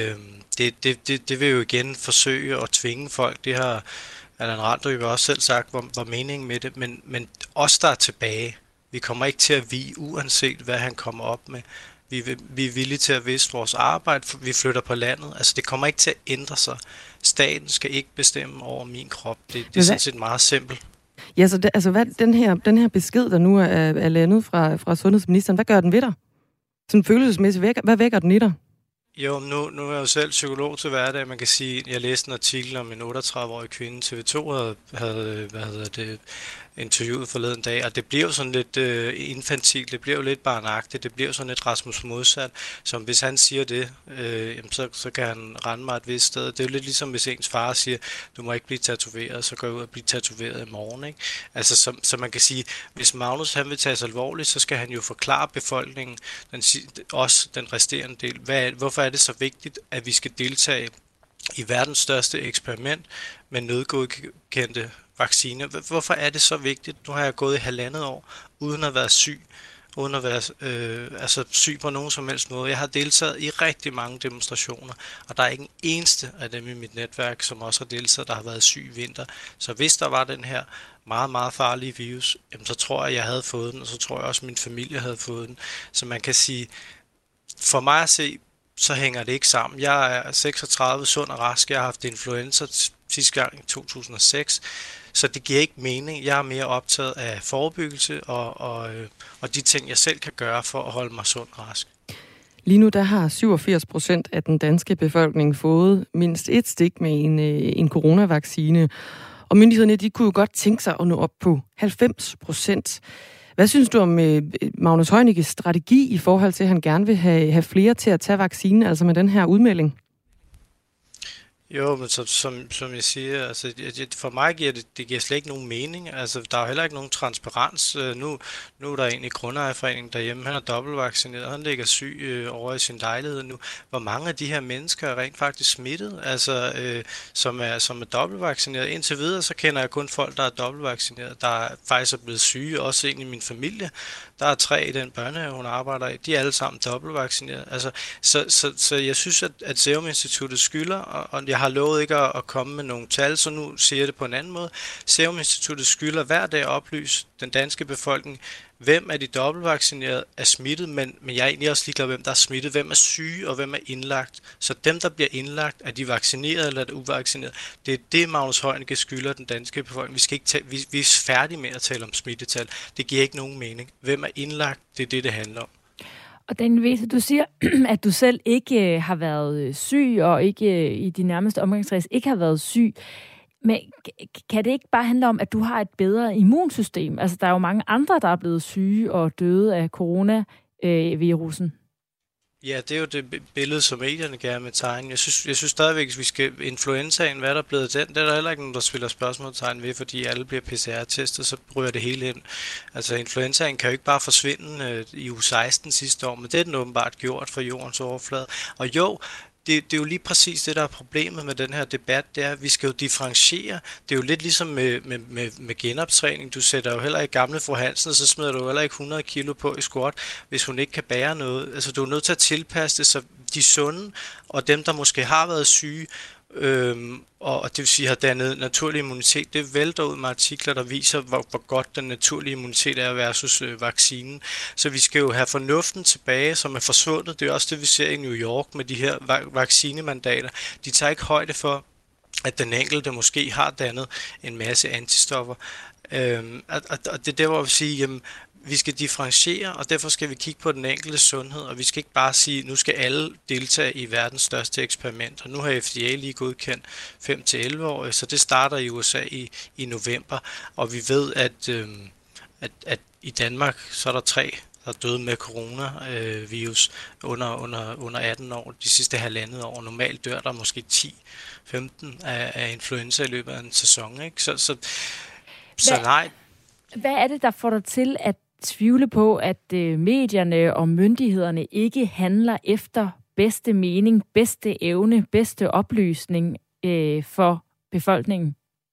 det vil jo igen forsøge at tvinge folk. Det har Allan Randrup også selv sagt, var meningen med det. Men os, der er tilbage, vi kommer ikke til at vige, uanset hvad han kommer op med. Vi er villige til at vise vores arbejde, for vi flytter på landet. Altså, det kommer ikke til at ændre sig. Staten skal ikke bestemme over min krop. Det er sådan set meget simpelt. Ja, så hvad, den her besked, der nu er landet fra sundhedsministeren, hvad gør den ved dig? Sådan følelsesmæssigt, hvad vækker den i dig? Jo, nu er jeg jo selv psykolog til hverdag. Man kan sige, jeg læste en artikel om en 38-årig kvinde. TV2 havde interviewet forleden dag, og det bliver jo sådan lidt infantilt, det bliver jo lidt barnagtigt, det bliver jo sådan lidt Rasmus modsat, som hvis han siger det, så kan han rende mig et vist sted. Det er jo lidt ligesom hvis ens far siger, du må ikke blive tatoveret, så går jeg ud og blive tatoveret i morgen, ikke? Altså, så man kan sige, hvis Magnus han vil tages alvorligt, så skal han jo forklare befolkningen, også den resterende del, hvorfor er det så vigtigt, at vi skal deltage i verdens største eksperiment med nødgodkendte vacciner. Hvorfor er det så vigtigt? Nu har jeg gået i 1,5 år uden at være syg, uden at være syg på nogen som helst måde. Jeg har deltaget i rigtig mange demonstrationer, og der er ikke en eneste af dem i mit netværk, som også har deltaget, der har været syg i vinter. Så hvis der var den her meget, meget farlige virus, så tror jeg havde fået den, og så tror jeg også, min familie havde fået den. Så man kan sige, for mig at se, så hænger det ikke sammen. Jeg er 36, sund og rask. Jeg har haft influenza sidste gang i 2006, så det giver ikke mening. Jeg er mere optaget af forebyggelse og de ting, jeg selv kan gøre for at holde mig sund og rask. Lige nu der har 87% af den danske befolkning fået mindst et stik med en coronavaccine, og myndighederne de kunne jo godt tænke sig at nå op på 90%. Hvad synes du om Magnus Heunickes strategi i forhold til, at han gerne vil have flere til at tage vaccinen, altså med den her udmelding? Jo, men som jeg siger, altså, for mig giver det giver slet ikke nogen mening. Altså, der er jo heller ikke nogen transparens. Nu er der en i Grundejerforeningen derhjemme, han er dobbeltvaccineret, han ligger syg over i sin lejlighed nu. Hvor mange af de her mennesker er rent faktisk smittet, altså, som er dobbeltvaccineret? Indtil videre, så kender jeg kun folk, der er dobbeltvaccineret, der er faktisk er blevet syge, også en i min familie. Der er 3 i den børnehave, hun arbejder i. De er alle sammen dobbeltvaccineret. Altså, så jeg synes, at Serum Instituttet skylder, og jeg har lovet ikke at komme med nogle tal, så nu siger jeg det på en anden måde. Serum Instituttet skylder hver dag at oplyse den danske befolkning, hvem af de dobbeltvaccinerede er smittet, men jeg er egentlig også ligeglad, hvem der er smittet, hvem er syge og hvem er indlagt. Så dem, der bliver indlagt, er de vaccinerede eller er de uvaccinerede? Det er det, Magnus Heunicke skylder den danske befolkning. Vi er færdige med at tale om smittetal. Det giver ikke nogen mening. Hvem er indlagt? Det er det handler om. Og Daniel Wiese, du siger, at du selv ikke har været syg, og ikke i din nærmeste omgangskreds ikke har været syg. Men kan det ikke bare handle om, at du har et bedre immunsystem? Altså, der er jo mange andre, der er blevet syge og døde af coronavirusen. Ja, det er jo det billede, som medierne gerne vil tegne. Jeg synes stadigvæk, at vi skal influenzaen, hvad der er blevet den. Det er der heller ikke nogen, der spiller spørgsmålstegn ved, fordi alle bliver PCR-testet, så ryger det hele ind. Altså, influenzaen kan jo ikke bare forsvinde i uge 16 sidste år, men det er den åbenbart gjort for jordens overflade. Og jo, det er jo lige præcis det, der er problemet med den her debat, det er, at vi skal jo differentiere. Det er jo lidt ligesom med genoptræning. Du sætter jo heller ikke gamle fru Hansen, og så smider du jo heller ikke 100 kilo på i squat, hvis hun ikke kan bære noget. Altså, du er nødt til at tilpasse det, så de sunde og dem, der måske har været syge, og det vil sige har dannet naturlig immunitet, det vælter ud med artikler, der viser, hvor godt den naturlige immunitet er versus vaccinen. Så vi skal jo have fornuften tilbage, som er forsvundet. Det er også det, vi ser i New York med de her vaccinemandater. De tager ikke højde for, at den enkelte måske har dannet en masse antistoffer. Og det er der, hvor vi siger, jamen, vi skal differentiere, og derfor skal vi kigge på den enkelte sundhed, og vi skal ikke bare sige, nu skal alle deltage i verdens største eksperiment. Og nu har FDA lige godkendt 5-11-årige, så det starter i USA i november, og vi ved, at i Danmark, så er der 3, der er døde med coronavirus under 18 år, de sidste halvandet år. Normalt dør der måske 10-15 af influenza i løbet af en sæson, ikke? Så nej. Hvad er det, der får dig til at tvivle på, at medierne og myndighederne ikke handler efter bedste mening, bedste evne, bedste oplysning for befolkningen?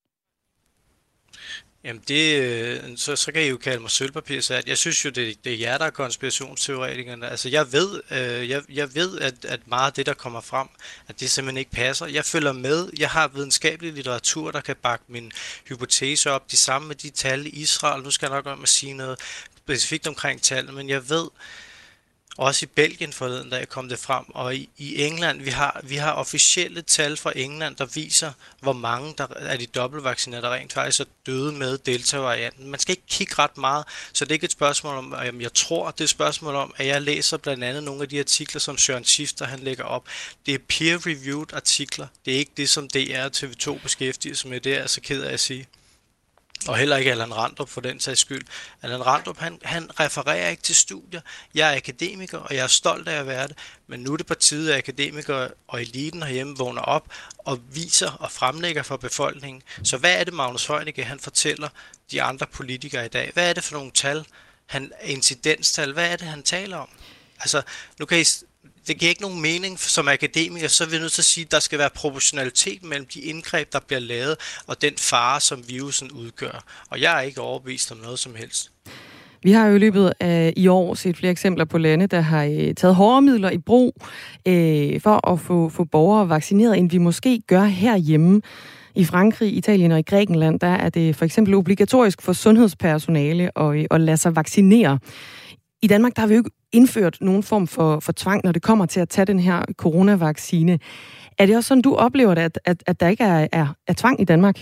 Jamen så kan I jo kalde mig sølvpapirsat. Jeg synes jo, det er jer, der er konspirationsteoretikerne. Altså jeg ved, at meget af det, der kommer frem, at det simpelthen ikke passer. Jeg følger med. Jeg har videnskabelig litteratur, der kan bakke min hypotese op. De samme med de tal i Israel. Nu skal jeg nok om at sige noget specifikt omkring tallene, men jeg ved, også i Belgien forleden, da jeg kom det frem, og i England, vi har officielle tal fra England, der viser, hvor mange af de dobbeltvaccinerede, der rent faktisk er døde med Delta-varianten. Man skal ikke kigge ret meget, så det er ikke et spørgsmål om, at jeg tror, det er et spørgsmål om, at jeg læser blandt andet nogle af de artikler, som Søren Schifter han lægger op. Det er peer-reviewed artikler. Det er ikke det, som DR og TV2 beskæftiger sig med. Det er jeg så ked af at sige. Og heller ikke Allan Randrup for den sags skyld. Allan Randrup, han refererer ikke til studier. Jeg er akademiker, og jeg er stolt af at være det. Men nu er det på tide, at akademikere og eliten herhjemme vågner op og viser og fremlægger for befolkningen. Så hvad er det, Magnus Heunicke, han fortæller de andre politikere i dag? Hvad er det for nogle tal? Incidenstal, hvad er det, han taler om? Altså, nu kan I... Det giver ikke nogen mening som akademiker, så er vi nødt til at sige, at der skal være proportionalitet mellem de indgreb, der bliver lavet, og den fare, som virusen udgør. Og jeg er ikke overbevist om noget som helst. Vi har jo i løbet af i år set flere eksempler på lande, der har taget hårdere midler i brug for at få borgere vaccineret, end vi måske gør herhjemme. I Frankrig, Italien og i Grækenland, der er det for eksempel obligatorisk for sundhedspersonale at lade sig vaccinere. I Danmark der har vi jo ikke indført nogen form for tvang, når det kommer til at tage den her coronavaccine. Er det også sådan, du oplever det, at der ikke er tvang i Danmark?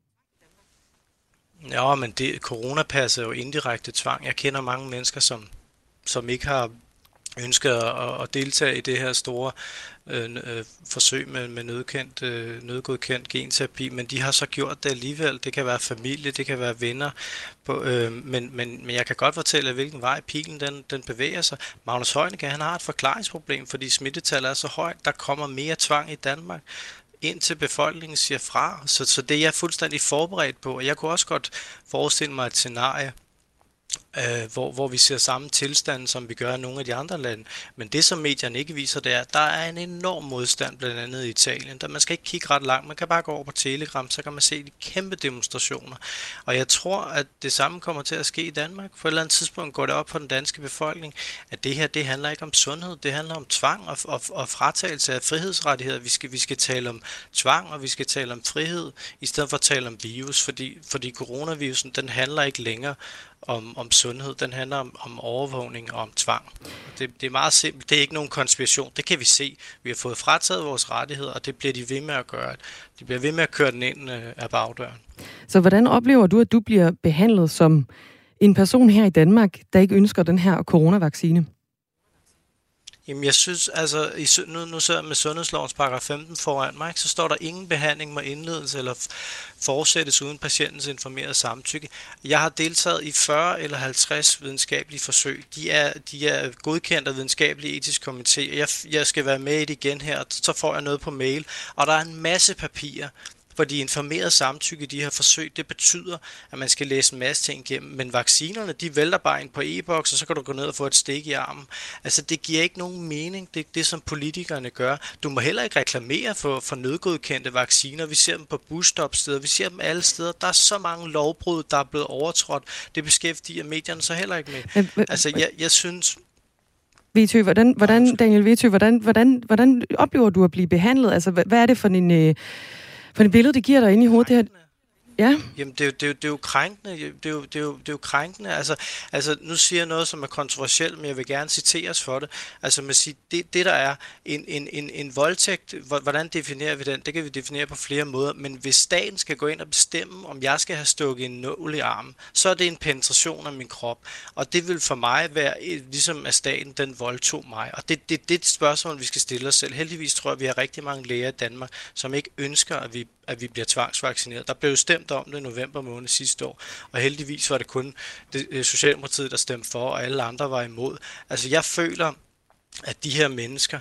Ja, men coronapasset er jo indirekte tvang. Jeg kender mange mennesker, som ikke har ønsket at deltage i det her store forsøg med nødgodkendt genterapi, men de har så gjort det alligevel. Det kan være familie, det kan være venner, men jeg kan godt fortælle, hvilken vej pilen den bevæger sig. Magnus Heunicke, han har et forklaringsproblem, fordi smittetallet er så højt, der kommer mere tvang i Danmark. indtil befolkningen siger fra. Så det er jeg fuldstændig forberedt på. Og jeg kunne også godt forestille mig et scenarie, hvor vi ser samme tilstand, som vi gør i nogle af de andre lande. Men det, som medierne ikke viser, det er, at der er en enorm modstand, blandt andet i Italien. Man skal ikke kigge ret langt. Man kan bare gå over på Telegram, så kan man se de kæmpe demonstrationer. Og jeg tror, at det samme kommer til at ske i Danmark. På et eller andet tidspunkt går det op for den danske befolkning, at det her, det handler ikke om sundhed. Det handler om tvang og fratagelse af frihedsrettigheder. Vi skal tale om tvang, og vi skal tale om frihed, i stedet for at tale om virus. Fordi coronavirusen, den handler ikke længere om sundhed. Den handler om overvågning og om tvang. Det er meget simpelt. Det er ikke nogen konspiration. Det kan vi se. Vi har fået frataget vores rettigheder, og det bliver de ved med at gøre. De bliver ved med at køre den ind af bagdøren. Så hvordan oplever du, at du bliver behandlet som en person her i Danmark, der ikke ønsker den her coronavaccine? Jamen jeg synes, altså nu sidder jeg med sundhedslovens paragraf 15 foran mig, så står der ingen behandling må indledes eller fortsættes uden patientens informerede samtykke. Jeg har deltaget i 40 eller 50 videnskabelige forsøg. De er godkendt af videnskabelig etisk komité. Jeg skal være med i det igen her, så får jeg noget på mail, og der er en masse papirer. For de informerede samtykke i de her forsøg, det betyder, at man skal læse en masse ting igennem. Men vaccinerne, de vælter bare ind på e-boks, og så kan du gå ned og få et stik i armen. Altså, det giver ikke nogen mening, det som politikerne gør. Du må heller ikke reklamere for nødgodkendte vacciner. Vi ser dem på busstopsteder, vi ser dem alle steder. Der er så mange lovbrud, der er blevet overtrådt. Det beskæftiger medierne så heller ikke med. Altså, jeg synes... Vietø, Daniel Vietø, hvordan oplever du at blive behandlet? Altså, hvad er det for en billede, det giver dig inde i hovedet? Det her? Ja. Jamen, det er jo krænkende. Det er jo krænkende. Altså, nu siger jeg noget, som er kontroversielt, men jeg vil gerne citeres for det. Altså, man siger, det der er en voldtægt, hvordan definerer vi den? Det kan vi definere på flere måder, men hvis staten skal gå ind og bestemme, om jeg skal have stukket en nål i armen, så er det en penetration af min krop. Og det vil for mig være, ligesom at staten, den voldtog mig. Og det er et spørgsmål, vi skal stille os selv. Heldigvis tror jeg, vi har rigtig mange læger i Danmark, som ikke ønsker, at vi bliver tvangsvaccineret. Der blev jo stemt om det i november måned sidste år, og heldigvis var det kun Socialdemokratiet, der stemte for, og alle andre var imod. Altså, jeg føler, at de her mennesker,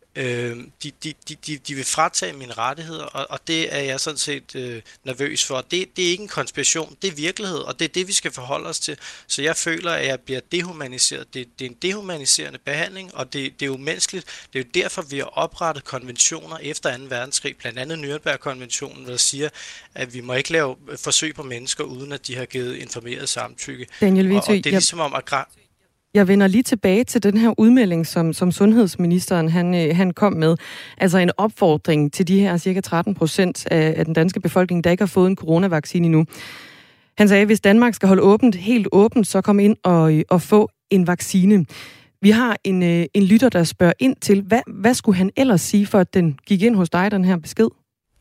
de vil fratage mine rettigheder, og det er jeg sådan set nervøs for. Det er ikke en konspiration, det er virkelighed, og det er det, vi skal forholde os til. Så jeg føler, at jeg bliver dehumaniseret. Det er en dehumaniserende behandling, og det er umenneskeligt. Det er jo derfor, vi har oprettet konventioner efter 2. verdenskrig, blandt andet Nürnberg-konventionen, der siger, at vi må ikke lave forsøg på mennesker, uden at de har givet informeret samtykke. Daniel Vietø, og det er ligesom om at... Jeg vender lige tilbage til den her udmelding, som sundhedsministeren han kom med. Altså en opfordring til de her cirka 13% af den danske befolkning, der ikke har fået en coronavaccine endnu. Han sagde, at hvis Danmark skal holde åbent, helt åbent, så kom ind og få en vaccine. Vi har en lytter, der spørger ind til, hvad skulle han ellers sige, for at den gik ind hos dig, den her besked?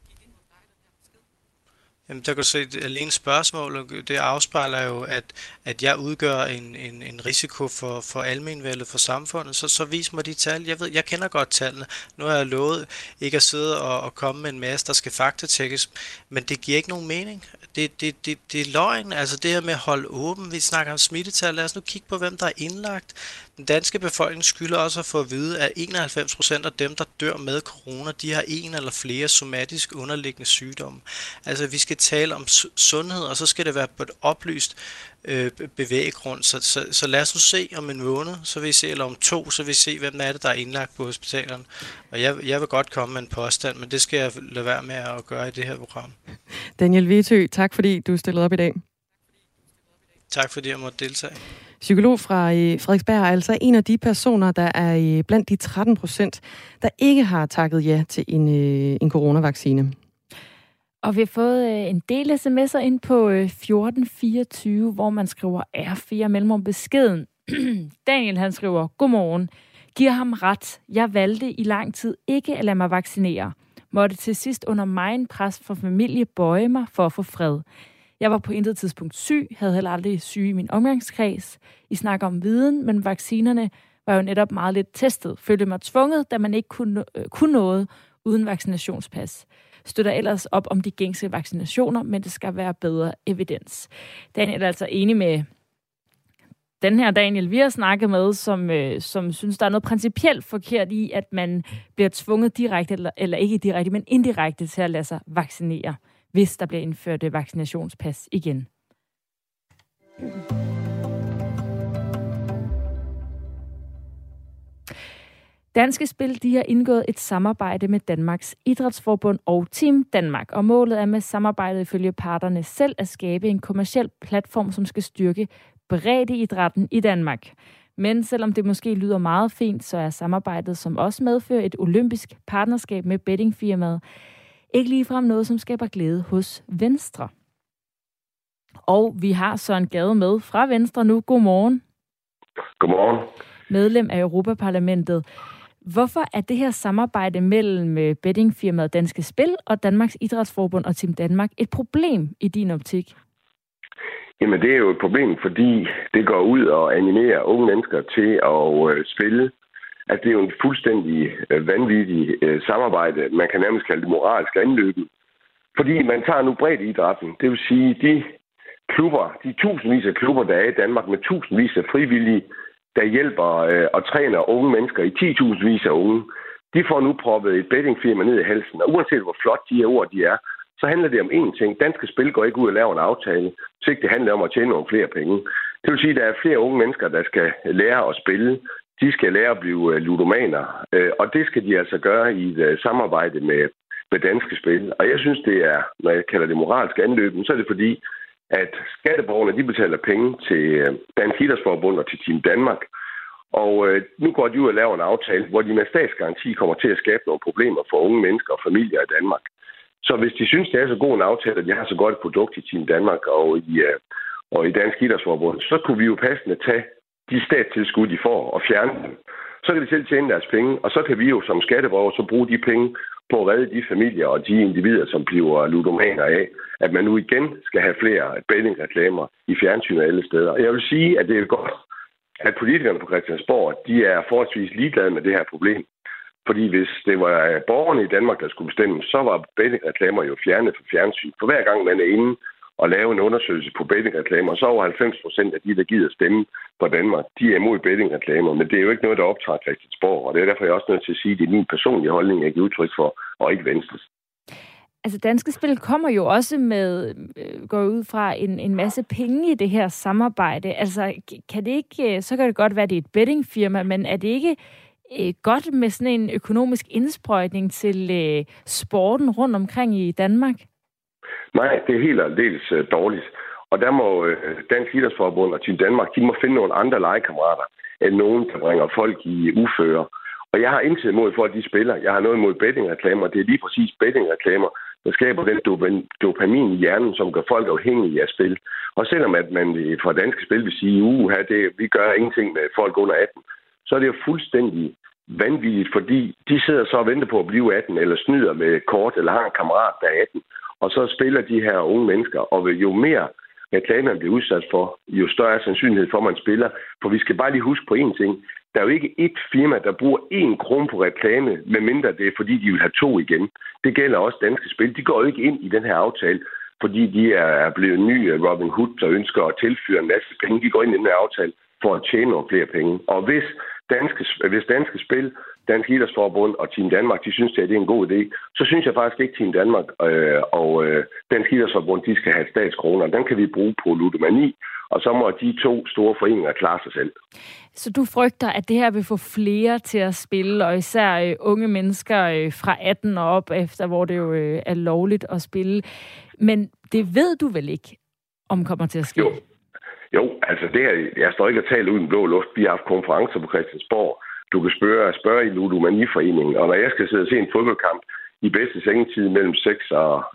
Jamen, der kan du se, at alene spørgsmålet, det afspejler jo, at jeg udgør en risiko for almenvældet, for samfundet. Så vis mig de tal. Jeg kender godt tallene. Nu har jeg lovet ikke at sidde og komme med en masse, der skal faktatjekkes, men det giver ikke nogen mening. Det er løgn. Altså det her med at holde åben. Vi snakker om smittetal. Lad os nu kigge på, hvem der er indlagt. Den danske befolkning skylder også at få at vide, at 91% af dem, der dør med corona, de har en eller flere somatisk underliggende sygdomme. Altså vi skal tale om sundhed, og så skal det være på et oplyst bevæggrund. Så lad os nu se om en måned, så vil I se, eller om 2, så vil I se, hvem er det, der er indlagt på hospitalerne. Og jeg vil godt komme med en påstand, men det skal jeg lade være med at gøre i det her program. Daniel Vietø, tak fordi du stillede op i dag. Tak fordi jeg måtte deltage. Psykolog fra Frederiksberg er altså en af de personer, der er blandt de 13%, der ikke har takket ja til en coronavaccine. Og vi har fået en del sms'er ind på 1424, hvor man skriver R4 mellemrum beskeden. Daniel, han skriver, godmorgen. Giver ham ret. Jeg valgte i lang tid ikke at lade mig vaccinere. Måtte til sidst under megen pres fra familie bøje mig for at få fred. Jeg var på intet tidspunkt syg, havde heller aldrig syge i min omgangskreds. I snakker om viden, men vaccinerne var jo netop meget lidt testet. Følte mig tvunget, da man ikke kunne noget uden vaccinationspas. Støtter ellers op om de gængse vaccinationer, men det skal være bedre evidens. Daniel er altså enig med den her Daniel, vi har snakket med, som synes, der er noget principielt forkert i, at man bliver tvunget direkte, eller ikke direkte, men indirekte til at lade sig vaccinere, hvis der bliver indført vaccinationspas igen. Danske Spil, de har indgået et samarbejde med Danmarks Idrætsforbund og Team Danmark, og målet er med samarbejdet ifølge parterne selv at skabe en kommerciel platform, som skal styrke breddeidrætten i Danmark. Men selvom det måske lyder meget fint, så er samarbejdet, som også medfører et olympisk partnerskab med bettingfirmaet, ikke ligefrem noget, som skaber glæde hos Venstre. Og vi har Søren Gade med fra Venstre nu. Godmorgen. Godmorgen. Medlem af Europaparlamentet. Hvorfor er det her samarbejde mellem bettingfirmaet Danske Spil og Danmarks Idrætsforbund og Team Danmark et problem i din optik? Jamen, det er jo et problem, fordi det går ud og animerer unge mennesker til at spille. Altså, det er jo en fuldstændig vanvittig samarbejde. Man kan nærmest kalde det moralsk anløben. Fordi man tager nu breddeidrætten. Det vil sige, de klubber, de tusindvis af klubber, der er i Danmark med tusindvis af frivillige, der hjælper og træner unge mennesker i 10.000 af unge, de får nu proppet et bettingfirma ned i halsen. Og uanset hvor flot de her ord de er, så handler det om én ting. Danske Spil går ikke ud og laver en aftale, så ikke det handler om at tjene nogle flere penge. Det vil sige, at der er flere unge mennesker, der skal lære at spille. De skal lære at blive ludomaner. Og det skal de altså gøre i et samarbejde med Danske Spil. Og jeg synes, det er, når jeg kalder det moralsk anløben, så er det fordi, at skatteborgerne, de betaler penge til Dansk Idrætsforbund og til Team Danmark. Og nu går de ud og laver en aftale, hvor de med statsgaranti kommer til at skabe nogle problemer for unge mennesker og familier i Danmark. Så hvis de synes, det er så god en aftale, at de har så godt et produkt i Team Danmark og i Dansk Idrætsforbund, så kunne vi jo passende tage de statstilskud, de får, og fjerne dem. Så kan de selv tjene deres penge, og så kan vi jo som skatteborger så bruge de penge på at redde de familier og de individer, som bliver ludomaner af, at man nu igen skal have flere bettingreklamer i fjernsyn og alle steder. Og jeg vil sige, at det er godt, at politikerne på Christiansborg, de er forholdsvis ligeglade med det her problem. Fordi hvis det var borgerne i Danmark, der skulle bestemme, så var bettingreklamer jo fjernet fra fjernsyn. For hver gang man er inde og lave en undersøgelse på bettingreklamer, så over 90% af de, der gider stemme for Danmark, de er imod bettingreklamer. Men det er jo ikke noget, der optager Christiansborg, og det er derfor, jeg også nødt til at sige, at det er min personlige holdning, jeg giver udtryk for, og ikke Venstres. Altså, Danske Spil kommer jo også med, går ud fra en masse penge i det her samarbejde. Altså, kan det ikke, så kan det godt være, at det er et bettingfirma, men er det ikke godt med sådan en økonomisk indsprøjtning til sporten rundt omkring i Danmark? Nej, det er helt aldeles dårligt. Og der må Dansk Idrætsforbund og Team Danmark, de må finde nogle andre legekammerater, end nogen, der bringer folk i uføre. Og jeg har intet imod for, at de spiller. Jeg har noget imod bettingreklamer. Det er lige præcis bettingreklamer, der skaber den dopamin i hjernen, som gør folk afhængige af spil. Og selvom at man fra Danske Spil vil sige, vi gør ingenting med folk under 18, så er det jo fuldstændig vanvittigt, fordi de sidder så og venter på at blive 18, eller snyder med kort, eller har en kammerat, der er 18. Og så spiller de her unge mennesker, og jo mere reklame man bliver udsat for, jo større er sandsynlighed for, at man spiller. For vi skal bare lige huske på én ting. Der er jo ikke ét firma, der bruger 1 krone på reklame, medmindre det er, fordi de vil have 2 igen. Det gælder også Danske Spil. De går jo ikke ind i den her aftale, fordi de er blevet nye Robin Hood, der ønsker at tilføre en masse penge. De går ind i den her aftale for at tjene nogle flere penge. Og hvis Danske Spil, Dansk Idrætsforbund og Team Danmark, de synes, at det er en god idé, så synes jeg faktisk ikke, Team Danmark og Dansk Idrætsforbund, de skal have statskroner. Den kan vi bruge på ludomani, og så må de 2 store foreninger klare sig selv. Så du frygter, at det her vil få flere til at spille, og især unge mennesker fra 18 og op efter, hvor det jo er lovligt at spille. Men det ved du vel ikke, om kommer til at ske? Jo, altså det her, jeg står ikke og taler uden blå luft. Vi har haft konferencer på Christiansborg. Du kan spørge i Ludomaniforeningen, og når jeg skal sidde og se en fodboldkamp i bedste sengetid mellem 6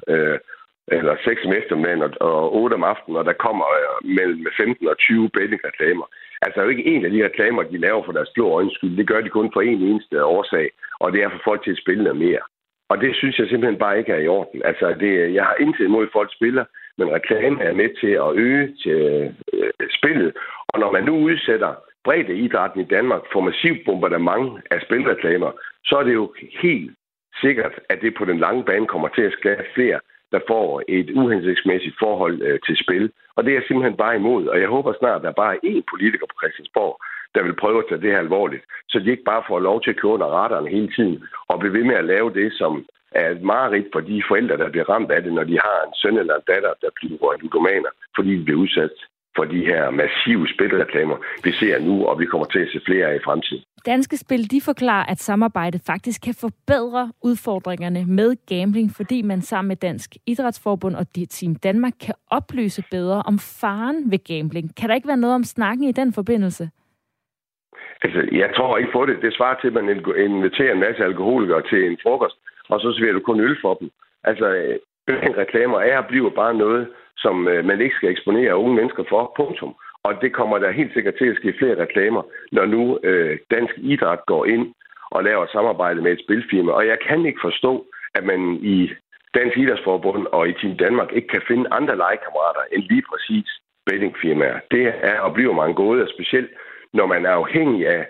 om eftermiddagen og 8 om aftenen, og der kommer mellem 15 og 20 bettingreklamer. Altså der er jo ikke en af de reklamer, de laver for deres blå øjens skyld. Det gør de kun for en eneste årsag, og det er for folk til at spille noget mere. Og det synes jeg simpelthen bare ikke er i orden. Altså jeg har intet imod, at folk spiller, men reklame er med til at øge til spillet. Og når man nu udsætter breddeidrætten i Danmark for massiv bombardement af spilreklamer, så er det jo helt sikkert, at det på den lange bane kommer til at skabe flere der får et uhensigtsmæssigt forhold til spil. Og det er jeg simpelthen bare imod, og jeg håber snart, at der bare er én politiker på Christiansborg, der vil prøve at tage det her alvorligt, så de ikke bare får lov til at køre under radaren hele tiden, og blive ved med at lave det, som er et mareridt for de forældre, der bliver ramt af det, når de har en søn eller en datter, der bliver ludomaner, fordi de bliver udsat for de her massive spilreklamer, vi ser nu, og vi kommer til at se flere af i fremtiden. Danske Spil, de forklarer, at samarbejdet faktisk kan forbedre udfordringerne med gambling, fordi man sammen med Dansk Idrætsforbund og Team Danmark kan oplyse bedre om faren ved gambling. Kan der ikke være noget om snakken i den forbindelse? Altså, jeg tror ikke på det. Det svarer til, at man inviterer en masse alkoholikere til en frokost, og så serverer du kun øl for dem. Altså, reklamer er og bliver bare noget, som man ikke skal eksponere unge mennesker for, punktum. Og det kommer der helt sikkert til at ske flere reklamer, når nu Dansk Idræt går ind og laver et samarbejde med et spilfirma. Og jeg kan ikke forstå, at man i Dansk Idrætsforbund og i Team Danmark ikke kan finde andre legekammerater end lige præcis bettingfirmaer. Det er og bliver mange gåder, specielt når man er afhængig af,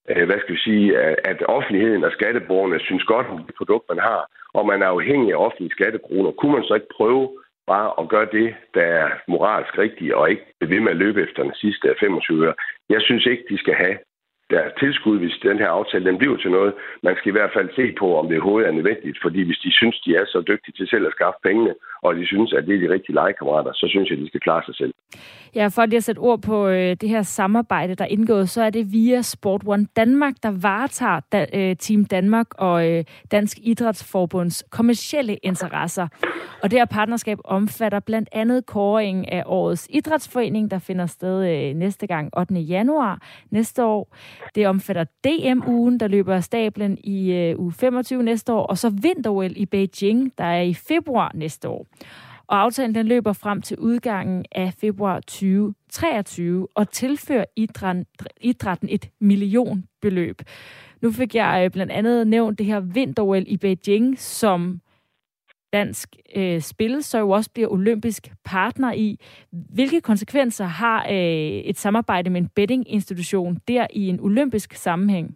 at offentligheden og skatteborgerne synes godt om det produkt, man har, og man er afhængig af offentlige skattekroner. Kunne man så ikke prøve bare at gøre det, der er moralsk rigtigt, og ikke blive ved med at løbe efter den sidste 25 øre? Jeg synes ikke, de skal have deres tilskud, hvis den her aftale den bliver til noget. Man skal i hvert fald se på, om det overhovedet er nødvendigt, fordi hvis de synes, de er så dygtige til selv at skaffe pengene, og de synes, at det er de rigtige legekammerater, så synes jeg, de skal klare sig selv. Ja, for lige at sætte ord på det her samarbejde, der er indgået, så er det via Sport One Danmark, der varetager Team Danmark og Dansk Idrætsforbunds kommercielle interesser. Og det her partnerskab omfatter blandt andet kåringen af årets idrætsforening, der finder sted næste gang 8. januar næste år. Det omfatter DM-ugen, der løber af stablen i uge 25 næste år, og så vinter-OL i Beijing, der er i februar næste år. Og aftalen den løber frem til udgangen af februar 2023 og tilfører idrætten et millionbeløb. Nu fik jeg blandt andet nævnt det her vinter-OL i Beijing, som Dansk Spil så jo også bliver olympisk partner i. Hvilke konsekvenser har et samarbejde med en bettinginstitution der i en olympisk sammenhæng?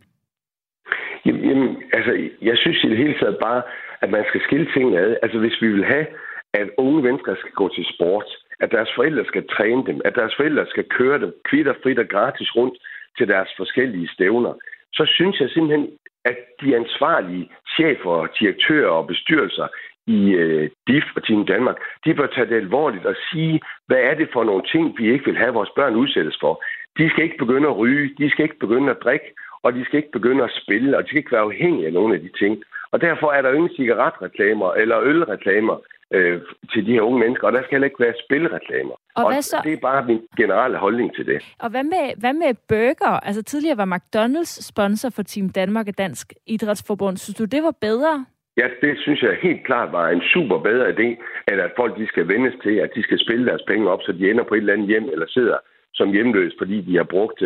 Jamen, altså, jeg synes i det hele taget bare, at man skal skille tingene ad. Altså, hvis vi vil have, at unge mennesker skal gå til sport, at deres forældre skal træne dem, at deres forældre skal køre dem kvitterfrit og gratis rundt til deres forskellige stævner, så synes jeg simpelthen, at de ansvarlige chefer, direktører og bestyrelser i DIF og Team Danmark, de bør tage det alvorligt og sige, hvad er det for nogle ting, vi ikke vil have vores børn udsættes for. De skal ikke begynde at ryge, de skal ikke begynde at drikke, og de skal ikke begynde at spille, og de skal ikke være afhængige af nogle af de ting. Og derfor er der jo ingen cigaretreklamer eller ølreklamer til de her unge mennesker, og der skal heller ikke være spilreklamer. Og det er bare min generelle holdning til det. Og hvad med burger? Altså tidligere var McDonald's sponsor for Team Danmark og Dansk Idrætsforbund. Synes du, det var bedre? Ja, det synes jeg helt klart var en super bedre idé, at folk de skal vendes til, at de skal spille deres penge op, så de ender på et eller andet hjem, eller sidder som hjemløs, fordi de har brugt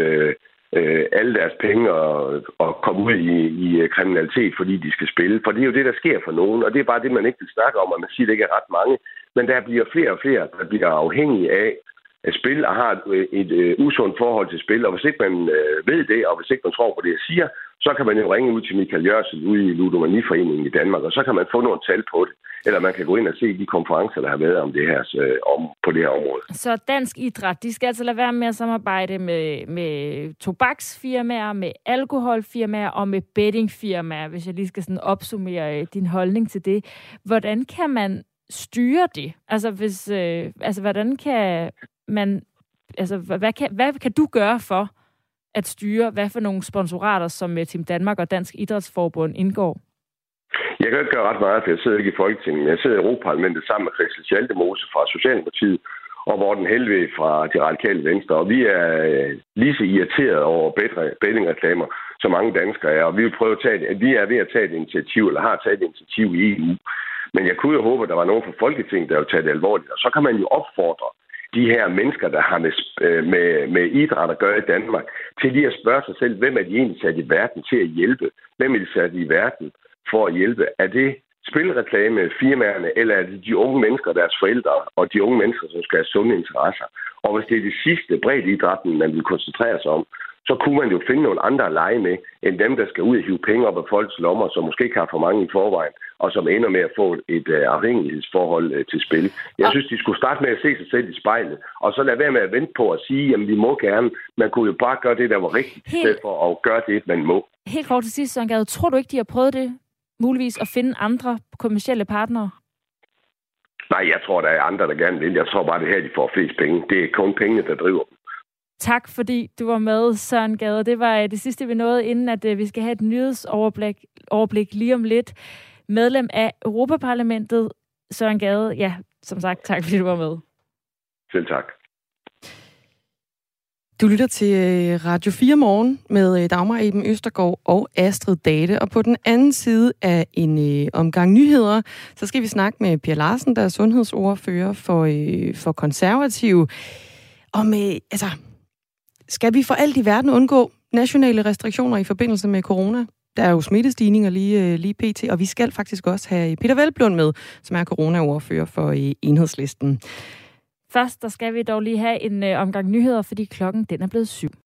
alle deres penge og komme ud i kriminalitet, fordi de skal spille. For det er jo det, der sker for nogen, og det er bare det, man ikke vil snakke om, og man siger, det ikke er ret mange. Men der bliver flere og flere, der bliver afhængige af at spille og har et usundt forhold til spil. Og hvis ikke man ved det, og hvis ikke man tror på det, jeg siger, så kan man jo ringe ud til Michael Jørgensen ude i Ludomaniforeningen i Danmark, og så kan man få nogle tal på det. Eller man kan gå ind og se de konferencer, der har været om det her, på det her område. Så Dansk Idræt, de skal altså lade være med at samarbejde med tobaksfirmaer, med alkoholfirmaer og med bettingfirmaer, hvis jeg lige skal sådan opsummere din holdning til det. Hvordan kan man styre det? Altså, hvordan kan man... Altså, hvad kan du gøre for at styre, hvad for nogle sponsorater, som Team Danmark og Dansk Idrætsforbund indgår? Jeg kan ikke gøre ret meget, for jeg sidder ikke i Folketinget. Jeg sidder i Europaparlamentet sammen med Christel Schaldemose fra Socialdemokratiet og Morten Helveg fra De Radikale Venstre. Og vi er lige så irriteret over bettingreklamer, som mange danskere er. Og vi vil prøve at vi er ved at tage et initiativ, eller har taget et initiativ i EU. Men jeg kunne jo håbe, at der var nogen fra Folketinget, der ville tage det alvorligt. Og så kan man jo opfordre de her mennesker, der har med idræt at gøre i Danmark, til lige at spørge sig selv, hvem er de egentlig sat i verden til at hjælpe? Hvem er de sat i verden for at hjælpe? Er det spilreklame, firmaerne, eller er det de unge mennesker, deres forældre, og de unge mennesker, som skal have sunde interesser? Og hvis det er det sidste breddeidrætten, man vil koncentrere sig om, så kunne man jo finde nogle andre at lege med, end dem, der skal ud og hive penge op af folks lommer, som måske ikke har for mange i forvejen, og som ender med at få et afhængighedsforhold til spil. Jeg synes, de skulle starte med at se sig selv i spejlet, og så lade være med at vente på at sige, jamen vi må gerne. Man kunne jo bare gøre det, der var rigtigt, i stedet for at gøre det, man må. Helt kort til sidst, Søren Gade. Tror du ikke, de har prøvet det, muligvis, at finde andre kommercielle partnere? Nej, jeg tror, der er andre, der gerne vil. Jeg tror bare, det her, de får flest penge. Det er kun pengene, der driver dem. Tak, fordi du var med, Søren Gade. Det var det sidste, vi nåede, inden at vi skal have et nyhedsoverblik lige om lidt. Medlem af Europaparlamentet, Søren Gade. Ja, som sagt, tak fordi du var med. Selv tak. Du lytter til Radio 4 Morgen med Dagmar Eben Østergaard og Astrid Date. Og på den anden side af en omgang nyheder, så skal vi snakke med Per Larsen, der er sundhedsordfører for Konservative. Om, skal vi for alt i verden undgå nationale restriktioner i forbindelse med corona? Der er jo smittestigninger lige pt., og vi skal faktisk også have Peter Hvelplund med, som er coronaordfører for Enhedslisten. Først, der skal vi dog lige have en omgang nyheder, fordi klokken den er blevet 7.